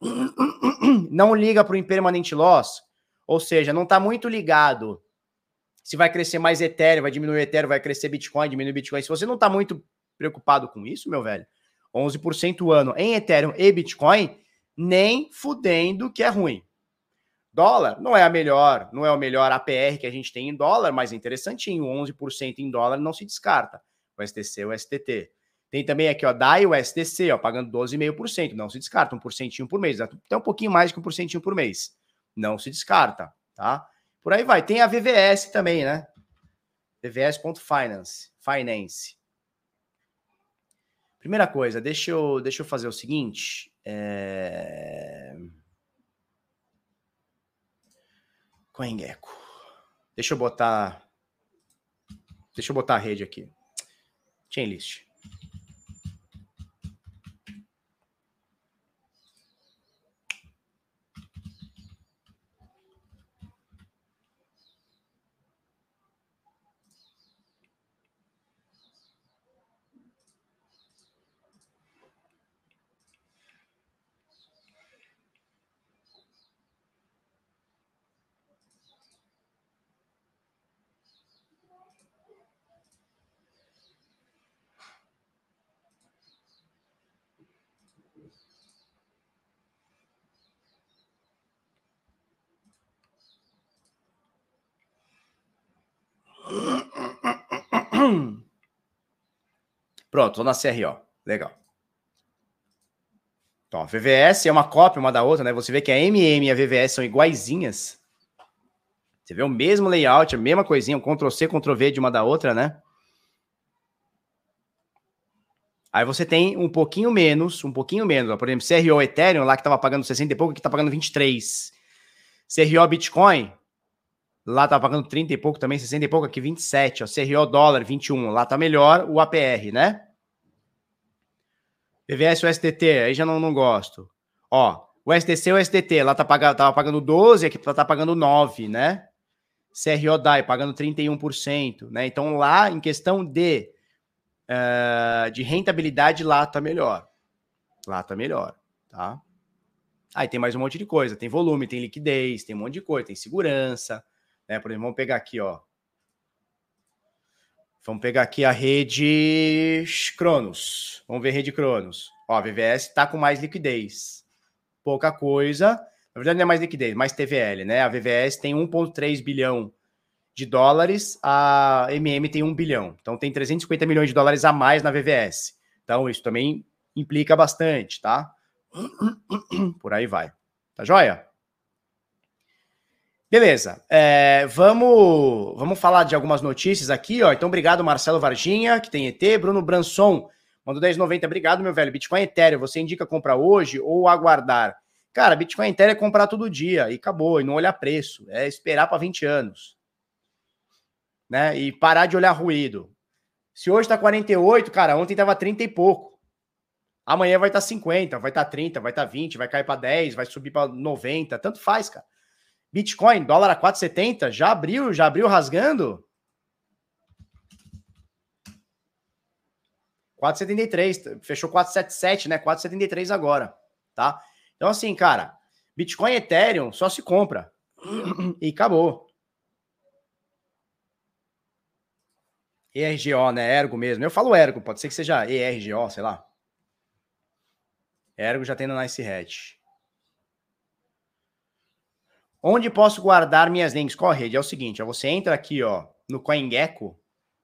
não liga para o Impermanent Loss, ou seja, não está muito ligado se vai crescer mais Ethereum, vai diminuir Ethereum, vai crescer Bitcoin, diminuir Bitcoin. Se você não está muito preocupado com isso, meu velho, 11% ano em Ethereum e Bitcoin, nem fudendo que é ruim. Dólar não é o melhor APR que a gente tem em dólar, mas é interessantinho, 11% em dólar não se descarta. O STC, o STT. Tem também aqui, ó, DAI, o STC, ó, pagando 12,5%, não se descarta, 1% por mês, até um pouquinho mais que 1% por mês. Não se descarta, tá? Por aí vai. Tem a VVS também, né? VVS.finance. Finance. Primeira coisa, deixa eu fazer o seguinte. CoinGecko. Deixa eu botar a rede aqui. Chainlist. Pronto, tô na CRO. Legal. Então, a VVS é uma cópia uma da outra, né? Você vê que a MM e a VVS são iguaizinhas. Você vê o mesmo layout, a mesma coisinha, um Ctrl+C, Ctrl+V de uma da outra, né? Aí você tem um pouquinho menos. Ó, por exemplo, CRO Ethereum, lá que tava pagando 60 e pouco, aqui tá pagando 23. CRO Bitcoin, lá tava pagando 30 e pouco também, 60 e pouco, aqui 27. Ó. CRO dólar, 21. Lá tá melhor o APR, né? VVS USDT, aí já não gosto. Ó, o SDC e o SDT, lá tava pagando 12, aqui tá pagando 9, né? CRO DAI pagando 31%, né? Então lá, em questão de rentabilidade, lá tá melhor. Tá? Aí tem mais um monte de coisa, tem volume, tem liquidez, tem um monte de coisa, tem segurança, né? Por exemplo, vamos pegar aqui, ó. Vamos pegar aqui a rede Cronos. Vamos ver a rede Cronos. Ó, a VVS tá com mais liquidez. Pouca coisa. Na verdade, não é mais liquidez, mais TVL, né? A VVS tem 1,3 bilhão de dólares, a MM tem 1 bilhão. Então, tem 350 milhões de dólares a mais na VVS. Então, isso também implica bastante, tá? Por aí vai. Tá joia? Beleza. Vamos falar de algumas notícias aqui, ó. Então, obrigado, Marcelo Varginha, que tem ET. Bruno Branson, mandou 10,90. Obrigado, meu velho. Bitcoin Ethereum, você indica comprar hoje ou aguardar? Cara, Bitcoin Ethereum é comprar todo dia e acabou, e não olhar preço. É esperar para 20 anos. Né? E parar de olhar ruído. Se hoje tá 48, cara, ontem tava 30 e pouco. Amanhã vai estar 50, vai estar 30, vai estar 20, vai cair para 10, vai subir para 90, tanto faz, cara. Bitcoin, dólar a 4,70, já abriu rasgando? 4,73, fechou 4,77, né? 4,73 agora, tá? Então assim, cara, Bitcoin e Ethereum só se compra e acabou. ERGO, né? Ergo mesmo. Eu falo Ergo, pode ser que seja ERGO, sei lá. Ergo já tem no Nice Hat. Onde posso guardar minhas links? Qual rede? É o seguinte, ó, você entra aqui, ó, no CoinGecko.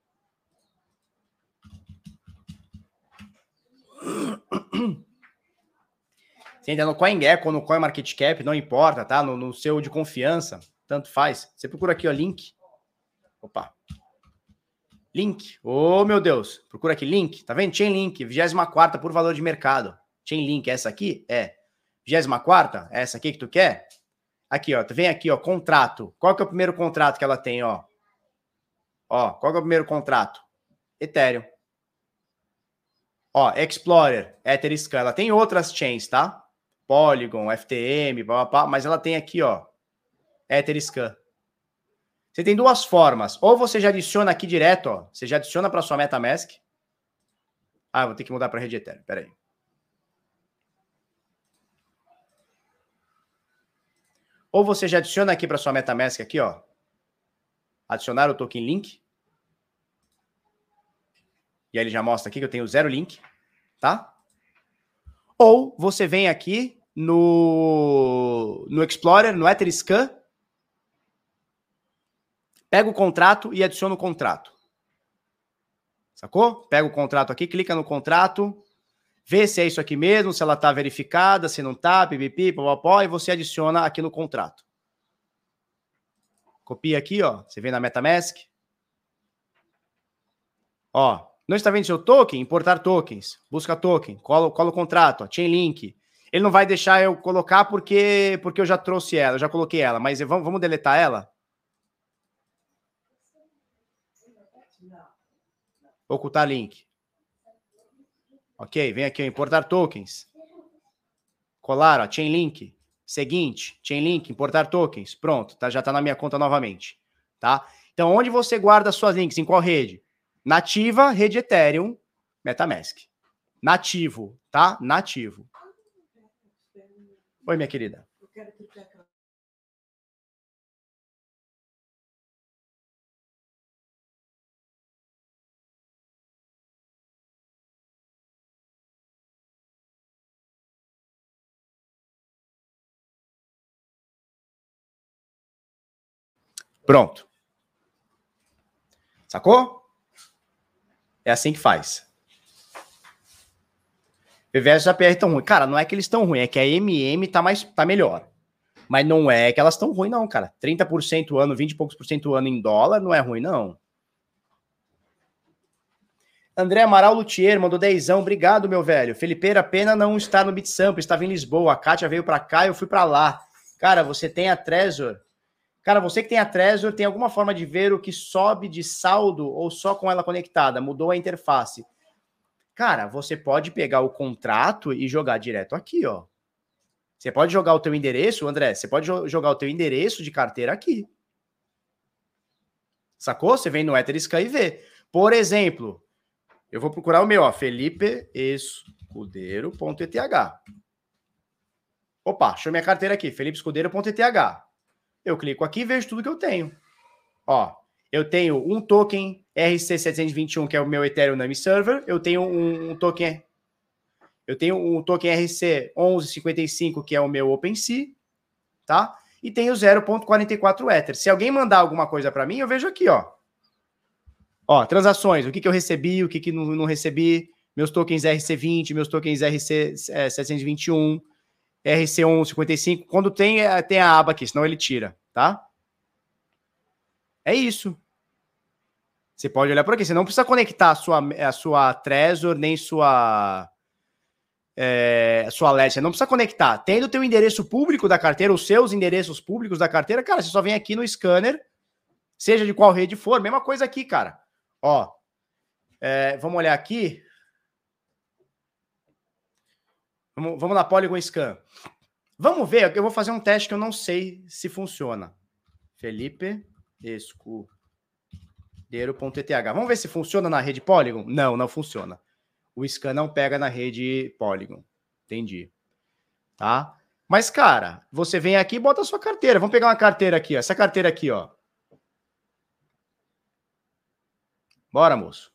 Você entra no CoinGecko ou no CoinMarketCap, não importa, tá? No seu de confiança, tanto faz. Você procura aqui, ó, link. Opa. Link. Oh, meu Deus. Procura aqui, link. Tá vendo? Chainlink, 24ª por valor de mercado. Chainlink, essa aqui? É. 24ª? É essa aqui que tu quer? Aqui, ó. Tu vem aqui, ó, contrato. Qual que é o primeiro contrato que ela tem, ó? Ó, qual que é o primeiro contrato? Ethereum. Ó, Explorer, Etherscan. Ela tem outras chains, tá? Polygon, FTM, mas ela tem aqui, ó, Etherscan. Você tem duas formas. Ou você já adiciona aqui direto, ó. Você já adiciona para sua MetaMask. Ah, vou ter que mudar para rede Ethereum. Pera aí. Ou você já adiciona aqui para sua MetaMask aqui, ó. Adicionar o token link. E aí ele já mostra aqui que eu tenho 0 link, tá? Ou você vem aqui no Explorer, no Etherscan, pega o contrato e adiciona o contrato. Sacou? Pega o contrato aqui, clica no contrato, vê se é isso aqui mesmo, se ela tá verificada, se não tá, pipipi, popopó, e você adiciona aqui no contrato. Copia aqui, ó, você vem na MetaMask. Ó, não está vendo seu token? Importar tokens. Busca token, cola o contrato, ó, Chainlink. Ele não vai deixar eu colocar porque eu já trouxe ela, eu já coloquei ela, mas vamos deletar ela? Ocultar link. Ok, vem aqui, ó, importar tokens. Colar, ó, Chainlink. Seguinte, Chainlink, importar tokens. Pronto, tá, já tá na minha conta novamente, tá? Então, onde você guarda suas links? Em qual rede? Nativa, rede Ethereum, MetaMask. Nativo, tá? Nativo. Oi, minha querida. Eu quero clicar aqui. Pronto. Sacou? É assim que faz. PVS e APR estão ruins. Cara, não é que eles estão ruins, é que a MM tá melhor. Mas não é que elas estão ruins, não, cara. 30% ano, 20 e poucos por cento ano em dólar não é ruim, não. André Amaral Luthier mandou 10. Obrigado, meu velho. Felipeira, pena não estar no BitSample, estava em Lisboa. A Kátia veio para cá e eu fui para lá. Cara, você tem a Trezor. Cara, você que tem a Trezor, tem alguma forma de ver o que sobe de saldo ou só com ela conectada? Mudou a interface. Cara, você pode pegar o contrato e jogar direto aqui, ó. Você pode jogar o teu endereço, André, você pode jogar o teu endereço de carteira aqui. Sacou? Você vem no Etherscan e vê. Por exemplo, eu vou procurar o meu, ó, felipeescudeiro.eth. Opa, achou minha carteira aqui, felipeescudeiro.eth. Eu clico aqui e vejo tudo que eu tenho. Ó, eu tenho um token RC721, que é o meu Ethereum Name Server. Eu tenho um token RC1155, que é o meu OpenSea, tá? E tenho 0.44 Ether. Se alguém mandar alguma coisa para mim, eu vejo aqui, ó. Ó, transações, o que eu recebi, o que não recebi, meus tokens RC20, meus tokens RC721, RC1155. Quando tem a aba aqui, senão ele tira, tá? É isso. Você pode olhar por aqui. Você não precisa conectar a sua Trezor, nem sua Ledger. Você não precisa conectar. Tendo o teu endereço público da carteira, os seus endereços públicos da carteira, cara, você só vem aqui no scanner, seja de qual rede for. Mesma coisa aqui, cara. Ó, vamos olhar aqui. Vamos na Polygon Scan. Vamos ver, eu vou fazer um teste que eu não sei se funciona. Felipe Escudeiro.eth. Vamos ver se funciona na rede Polygon? Não, não funciona. O scan não pega na rede Polygon. Entendi. Tá? Mas, cara, você vem aqui e bota a sua carteira. Vamos pegar uma carteira aqui, ó. Essa carteira aqui, ó. Bora, moço.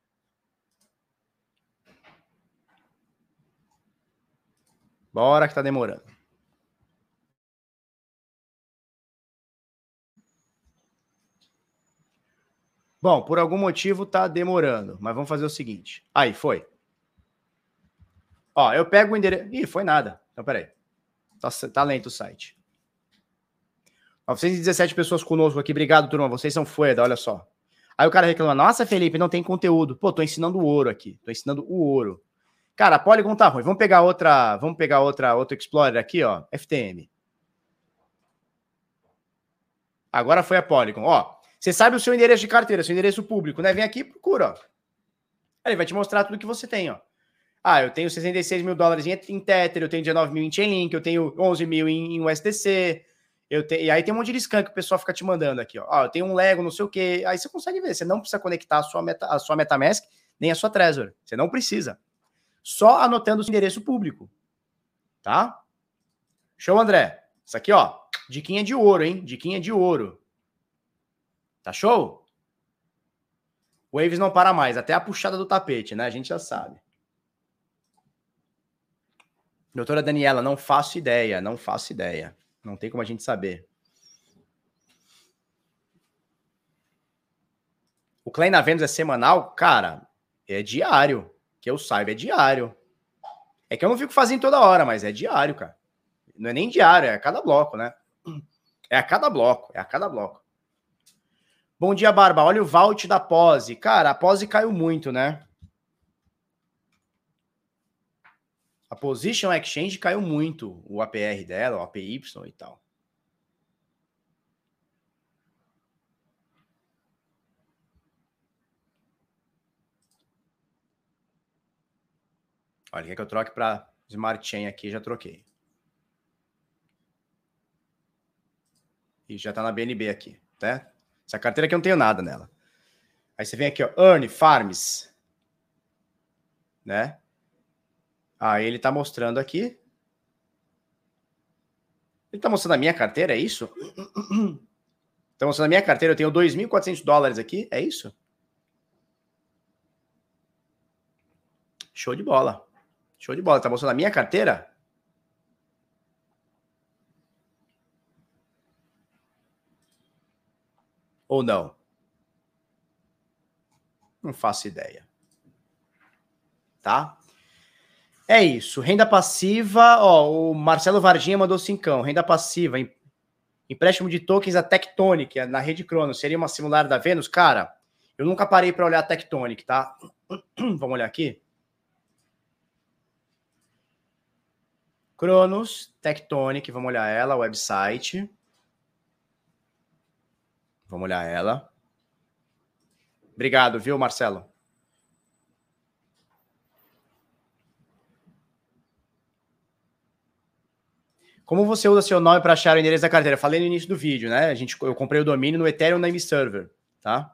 Bora que tá demorando. Bom, por algum motivo tá demorando, mas vamos fazer o seguinte. Aí, foi. Ó, eu pego o endereço... Ih, foi nada. Então, peraí. Tá lento o site. 917 pessoas conosco aqui. Obrigado, turma. Vocês são foda, olha só. Aí o cara reclama, nossa, Felipe, não tem conteúdo. Pô, tô ensinando o ouro aqui. Tô ensinando o ouro. Cara, a Polygon tá ruim. Vamos pegar outro Explorer aqui, ó. FTM. Agora foi a Polygon. Ó, você sabe o seu endereço de carteira, seu endereço público, né? Vem aqui e procura, ó. Ele vai te mostrar tudo que você tem, ó. Ah, eu tenho 66 mil dólares em Tether, eu tenho 19 mil em Chainlink, eu tenho 11 mil em USDC, e aí tem um monte de scan que o pessoal fica te mandando aqui, ó. Ah, eu tenho um Lego, não sei o quê. Aí você consegue ver, você não precisa conectar a sua MetaMask, nem a sua Trezor. Você não precisa. Só anotando o seu endereço público. Tá? Show, André. Isso aqui, ó. Diquinha de ouro, hein? Diquinha de ouro. Tá show? Waves não para mais, até a puxada do tapete, né? A gente já sabe. Doutora Daniela, não faço ideia, não faço ideia. Não tem como a gente saber. O Claim na Vendas é semanal? Cara, é diário. Que eu saiba, é diário. É que eu não fico fazendo toda hora, mas é diário, cara. Não é nem diário, é a cada bloco, né? É a cada bloco, é a cada bloco. Bom dia, Barba. Olha o vault da Pose. Cara, a Pose caiu muito, né? A Position Exchange caiu muito. O APR dela, o APY e tal. Olha, quer que eu troque para Smart Chain aqui? Já troquei. E já tá na BNB aqui, tá? Essa carteira aqui eu não tenho nada nela. Aí você vem aqui, ó, Earn Farms, né? Aí ele tá mostrando aqui. Ele tá mostrando a minha carteira, é isso? Tá mostrando a minha carteira, eu tenho 2.400 dólares aqui, é isso? Show de bola. Show de bola. Tá mostrando a minha carteira? Ou não? Não faço ideia. tá? É isso. Renda passiva, ó, o Marcelo Varginha mandou 5. Renda passiva, empréstimo de tokens a Tectonic, na rede Cronos, seria uma similar da Venus? Cara, eu nunca parei para olhar a Tectonic, tá? Vamos olhar aqui. Cronos, Tectonic, vamos olhar ela, website. Vamos olhar ela. Obrigado, viu, Marcelo? Como você usa seu nome para achar o endereço da carteira? Falei no início do vídeo, né? Eu comprei o domínio no Ethereum Name Server, tá?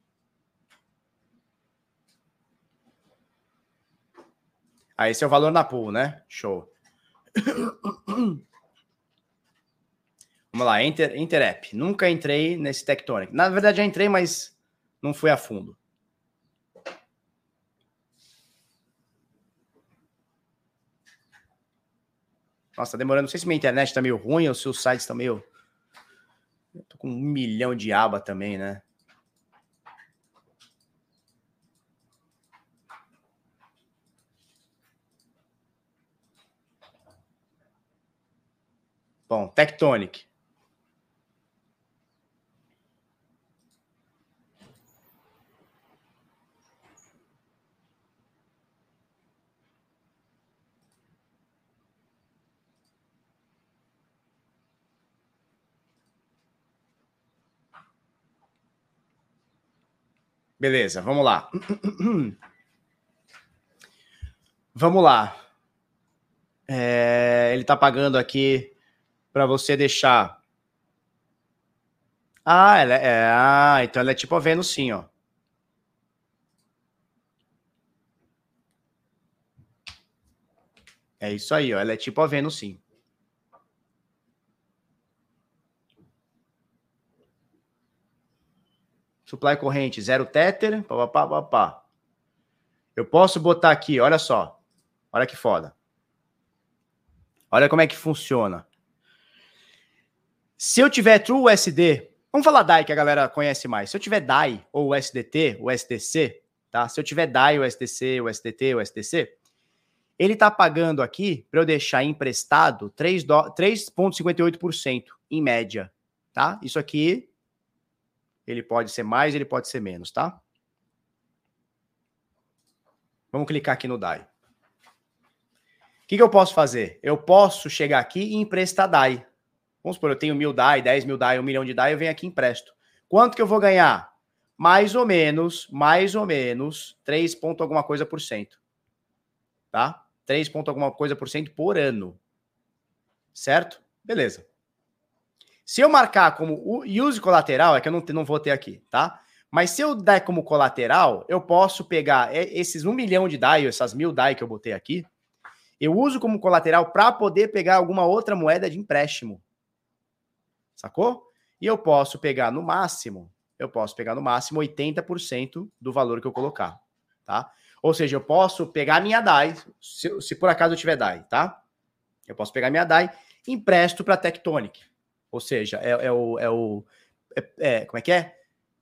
Ah, esse é o valor na pool, né? Show. Vamos lá, Enter App. Nunca entrei nesse Tectonic. Na verdade, já entrei, mas não fui a fundo. Nossa, tá demorando. Não sei se minha internet tá meio ruim ou se os sites estão meio... Eu tô com 1 milhão de aba também, né? Bom, Tectonic. Beleza, vamos lá. Vamos lá. Ele tá pagando aqui para você deixar... então ela é tipo a Venus sim, ó. É isso aí, ó. Ela é tipo a Venus sim. Supply corrente, 0 Tether, papapá. Eu posso botar aqui, olha só. Olha que foda. Olha como é que funciona. Se eu tiver True USD, vamos falar DAI que a galera conhece mais. Se eu tiver DAI ou USDT, USDC, tá? Se eu tiver DAI, USDC, USDT, USDC, ele tá pagando aqui para eu deixar emprestado 3,58% em média, tá? Isso aqui ele pode ser mais, ele pode ser menos, tá? Vamos clicar aqui no DAI. O que eu posso fazer? Eu posso chegar aqui e emprestar DAI. Vamos supor, eu tenho 1.000 DAI, 10.000 DAI, 1 milhão de DAI, eu venho aqui e empresto. Quanto que eu vou ganhar? Mais ou menos, 3 ponto alguma coisa por cento. Tá? 3 ponto alguma coisa por cento por ano. Certo? Beleza. Se eu marcar como use colateral, é que eu não vou ter aqui, tá? Mas se eu der como colateral, eu posso pegar esses 1 milhão de DAI, essas 1.000 DAI que eu botei aqui, eu uso como colateral para poder pegar alguma outra moeda de empréstimo. Sacou? E eu posso pegar no máximo 80% do valor que eu colocar, tá? Ou seja, eu posso pegar minha DAI, se por acaso eu tiver DAI, tá? Eu posso pegar minha DAI e empresto para Tectonic. Ou seja, como é que é?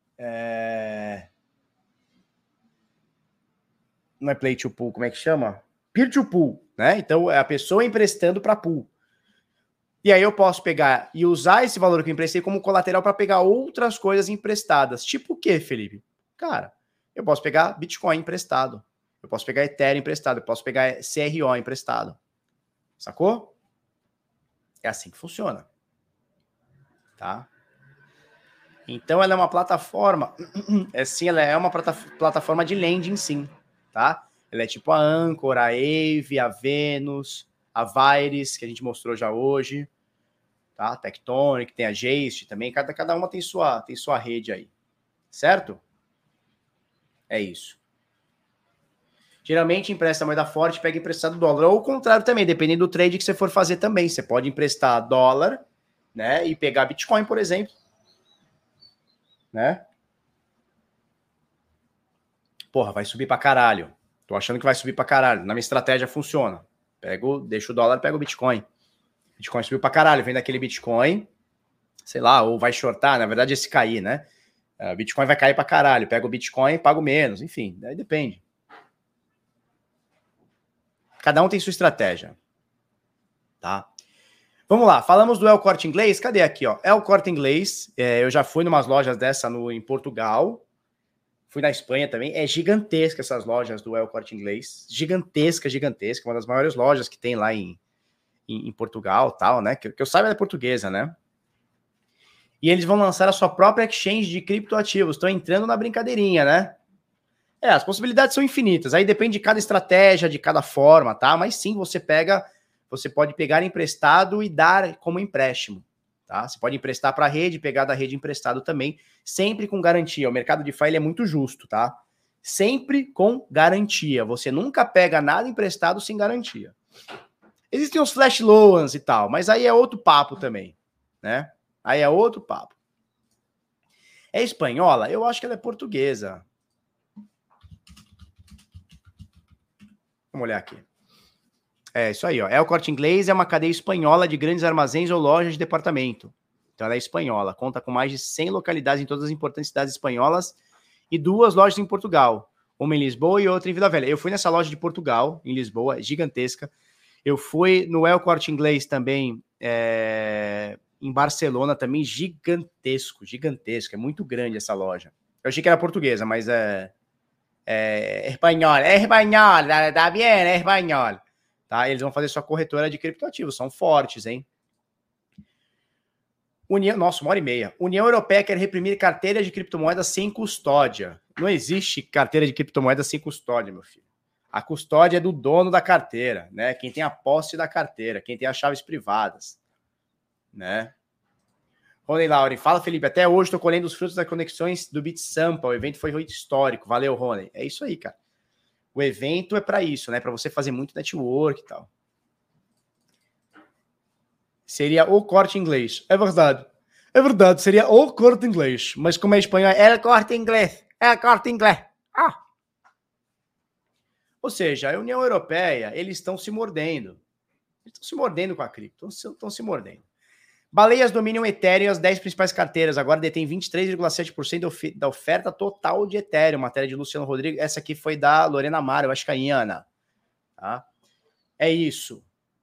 Não é play to pool, como é que chama? Peer to pool, né? Então é a pessoa emprestando para pool. E aí eu posso pegar e usar esse valor que eu emprestei como colateral para pegar outras coisas emprestadas. Tipo o quê, Felipe? Cara, eu posso pegar Bitcoin emprestado. Eu posso pegar Ethereum emprestado. Eu posso pegar CRO emprestado. Sacou? É assim que funciona. Tá? Então ela é uma plataforma... Sim, ela é uma plataforma de lending, sim. Tá? Ela é tipo a Anchor, a Aave, a Venus, a Virus, que a gente mostrou já hoje. Tá? Tectonic, tem a Geist também, cada uma tem sua rede aí, certo? É isso. Geralmente empresta moeda forte, pega emprestado dólar, ou o contrário também, dependendo do trade que você for fazer também, você pode emprestar dólar, né, e pegar Bitcoin, por exemplo, né? Porra, vai subir pra caralho, tô achando que vai subir pra caralho, na minha estratégia funciona, deixo o dólar, pego o Bitcoin. Bitcoin subiu pra caralho, vem daquele Bitcoin, sei lá, ou vai shortar, na verdade esse cair, né? Bitcoin vai cair pra caralho, pega o Bitcoin, pago menos, enfim, daí depende. Cada um tem sua estratégia. Tá? Vamos lá, falamos do El Corte Inglês. Cadê aqui, ó? El Corte Inglês. Eu já fui em umas lojas dessa em Portugal. Fui na Espanha também. É gigantesca essas lojas do El Corte Inglês. Gigantesca, gigantesca. Uma das maiores lojas que tem lá em Portugal, tal, né? Que eu saiba é portuguesa, né? E eles vão lançar a sua própria exchange de criptoativos. Estão entrando na brincadeirinha, né? As possibilidades são infinitas. Aí depende de cada estratégia, de cada forma, tá? Mas sim, você pode pegar emprestado e dar como empréstimo, tá? Você pode emprestar para a rede, pegar da rede emprestado também, sempre com garantia. O mercado de DeFi é muito justo, tá? Sempre com garantia. Você nunca pega nada emprestado sem garantia. Existem os flash loans e tal, mas aí é outro papo também, né? Aí é outro papo. É espanhola? Eu acho que ela é portuguesa. Vamos olhar aqui. É isso aí, ó. El Corte Inglês é uma cadeia espanhola de grandes armazéns ou lojas de departamento. Então ela é espanhola. Conta com mais de 100 localidades em todas as importantes cidades espanholas e 2 lojas em Portugal. Uma em Lisboa e outra em Vila Velha. Eu fui nessa loja de Portugal, em Lisboa, gigantesca. Eu fui no El Corte Inglês também, em Barcelona, também gigantesco. É muito grande essa loja. Eu achei que era portuguesa, mas é espanhol, tá bem, é espanhol. Tá? Eles vão fazer sua corretora de criptoativos, são fortes, hein? Nossa, 1h30. União Europeia quer reprimir carteira de criptomoedas sem custódia. Não existe carteira de criptomoedas sem custódia, meu filho. A custódia é do dono da carteira, né? Quem tem a posse da carteira, quem tem as chaves privadas, né? Rony Lauri, fala, Felipe. Até hoje estou colhendo os frutos das conexões do BitSample. O evento foi muito histórico. Valeu, Rony. É isso aí, cara. O evento é para isso, né? Para você fazer muito network e tal. Seria o Corte Inglês. É verdade. É verdade, seria o Corte Inglês. Mas como é espanhol, é o Corte Inglês. É o Corte Inglês. Ah! Ou seja, a União Europeia, eles estão se mordendo. Eles estão se mordendo com a cripto. Estão se mordendo. Baleias dominam Ethereum e as 10 principais carteiras. Agora detém 23,7% da oferta total de Ethereum. Matéria de Luciano Rodrigues. Essa aqui foi da Lorena Amaro, eu acho que a Iana. Tá? É isso.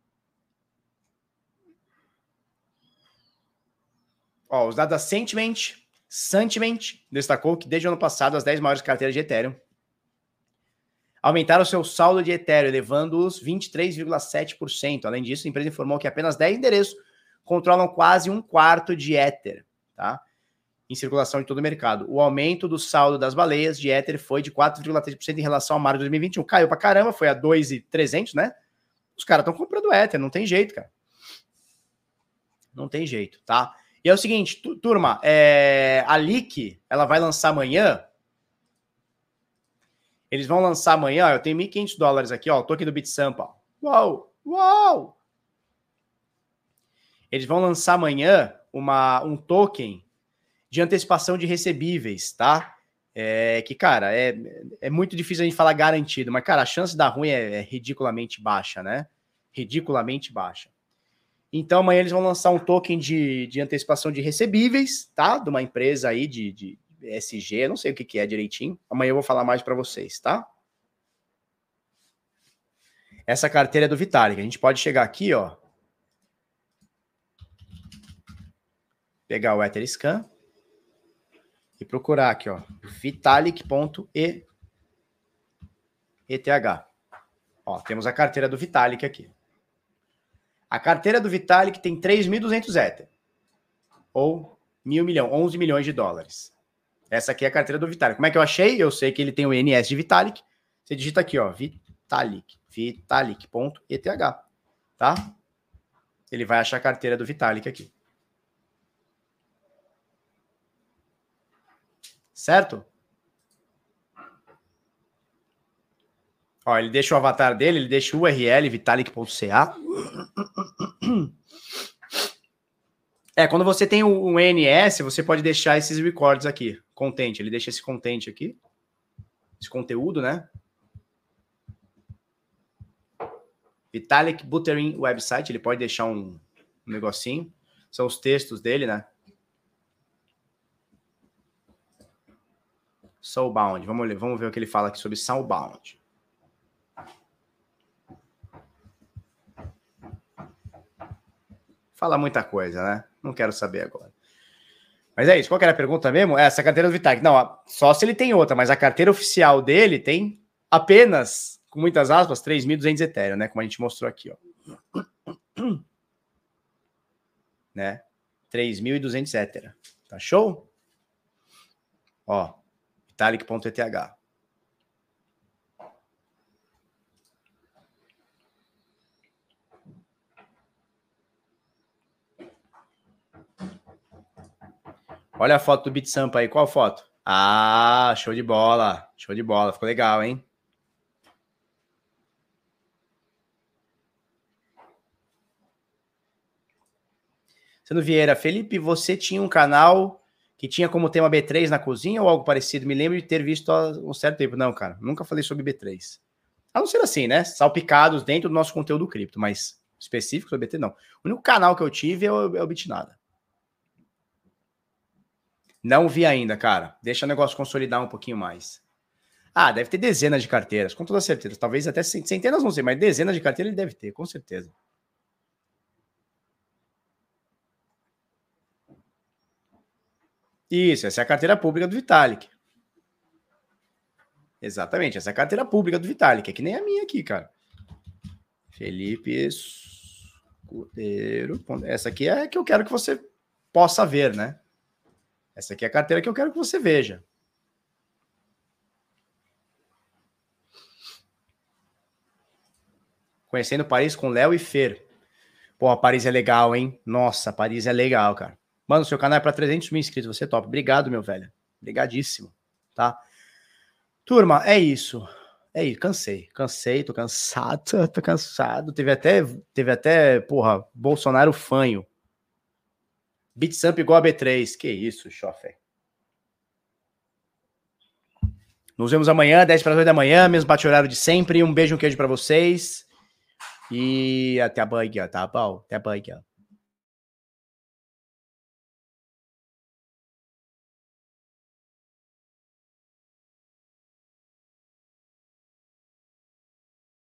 Ó, os dados da Sentiment destacou que desde o ano passado as 10 maiores carteiras de Ethereum aumentaram seu saldo de Ethereum, elevando-os 23,7%. Além disso, a empresa informou que apenas 10 endereços controlam quase 1/4 de Ether, tá? Em circulação de todo o mercado. O aumento do saldo das baleias de Ether foi de 4,3% em relação a março de 2021. Caiu pra caramba, foi a 2.300, né? Os caras estão comprando Ether, não tem jeito, cara. Não tem jeito, tá? E é o seguinte, turma, a Leak, ela vai lançar amanhã. Eles vão lançar amanhã, eu tenho $1.500 aqui, ó, o token do BitSample. Uau, uau! Eles vão lançar amanhã um token de antecipação de recebíveis, tá? Que, cara, é muito difícil a gente falar garantido, mas, cara, a chance de dar ruim é ridiculamente baixa, né? Ridiculamente baixa. Então, amanhã eles vão lançar um token de antecipação de recebíveis, tá? De uma empresa aí de SG, não sei o que é direitinho. Amanhã eu vou falar mais para vocês, tá? Essa carteira é do Vitalik. A gente pode chegar aqui, ó. Pegar o Etherscan e procurar aqui, ó. Vitalik.eth. Ó, temos a carteira do Vitalik aqui. A carteira do Vitalik tem 3.200 Ether. Ou 11 milhões de dólares. Essa aqui é a carteira do Vitalik. Como é que eu achei? Eu sei que ele tem o INS de Vitalik. Você digita aqui, ó, Vitalik. Vitalik.eth. Tá? Ele vai achar a carteira do Vitalik aqui. Certo? Ó, ele deixa o avatar dele, ele deixa o URL, vitalik.ca. Quando você tem um ENS, você pode deixar esses records aqui. Content, ele deixa esse content aqui. Esse conteúdo, né? Vitalik Buterin website, ele pode deixar um negocinho. São os textos dele, né? Soulbound, vamos ver o que ele fala aqui sobre Soulbound. fala muita coisa, né? Não quero saber agora. Mas é isso. Qual que era a pergunta mesmo? Essa carteira do Vitalik. Não, só se ele tem outra, mas a carteira oficial dele tem apenas, com muitas aspas, 3.200 Ethereum, né? Como a gente mostrou aqui, ó. Né? 3.200 Ethereum. Tá show? Ó, Vitalik.eth. Olha a foto do BitSampa aí. Qual foto? Ah, show de bola. Show de bola. Ficou legal, hein? Sendo Vieira, Felipe, você tinha um canal que tinha como tema B3 na cozinha ou algo parecido? Me lembro de ter visto há um certo tempo. Não, cara, nunca falei sobre B3. A não ser assim, né? Salpicados dentro do nosso conteúdo cripto, mas específico sobre B3, não. O único canal que eu tive é o Bitnada. Não vi ainda, cara. Deixa o negócio consolidar um pouquinho mais. Ah, deve ter dezenas de carteiras, com toda certeza. Talvez até centenas, não sei, mas dezenas de carteiras ele deve ter, com certeza. Isso, essa é a carteira pública do Vitalik. Exatamente, essa é a carteira pública do Vitalik, é que nem a minha aqui, cara. Felipe Escudeiro. Essa aqui é a que eu quero que você possa ver, né? Essa aqui é a carteira que eu quero que você veja. Conhecendo Paris com Léo e Fer. Pô, Paris é legal, hein? Nossa, Paris é legal, cara. Mano, seu canal é para 300 mil inscritos, você é top. Obrigado, meu velho. Obrigadíssimo, tá? Turma, é isso. É isso, cansei, tô cansado. Teve até, porra, Bolsonaro fanho. BitSamp igual a B3. Que isso, chofé. Nos vemos amanhã, 10 para as 8 da manhã, mesmo bate-horário de sempre. Um beijo, um queijo para vocês. E até amanhã, tá bom? Até amanhã.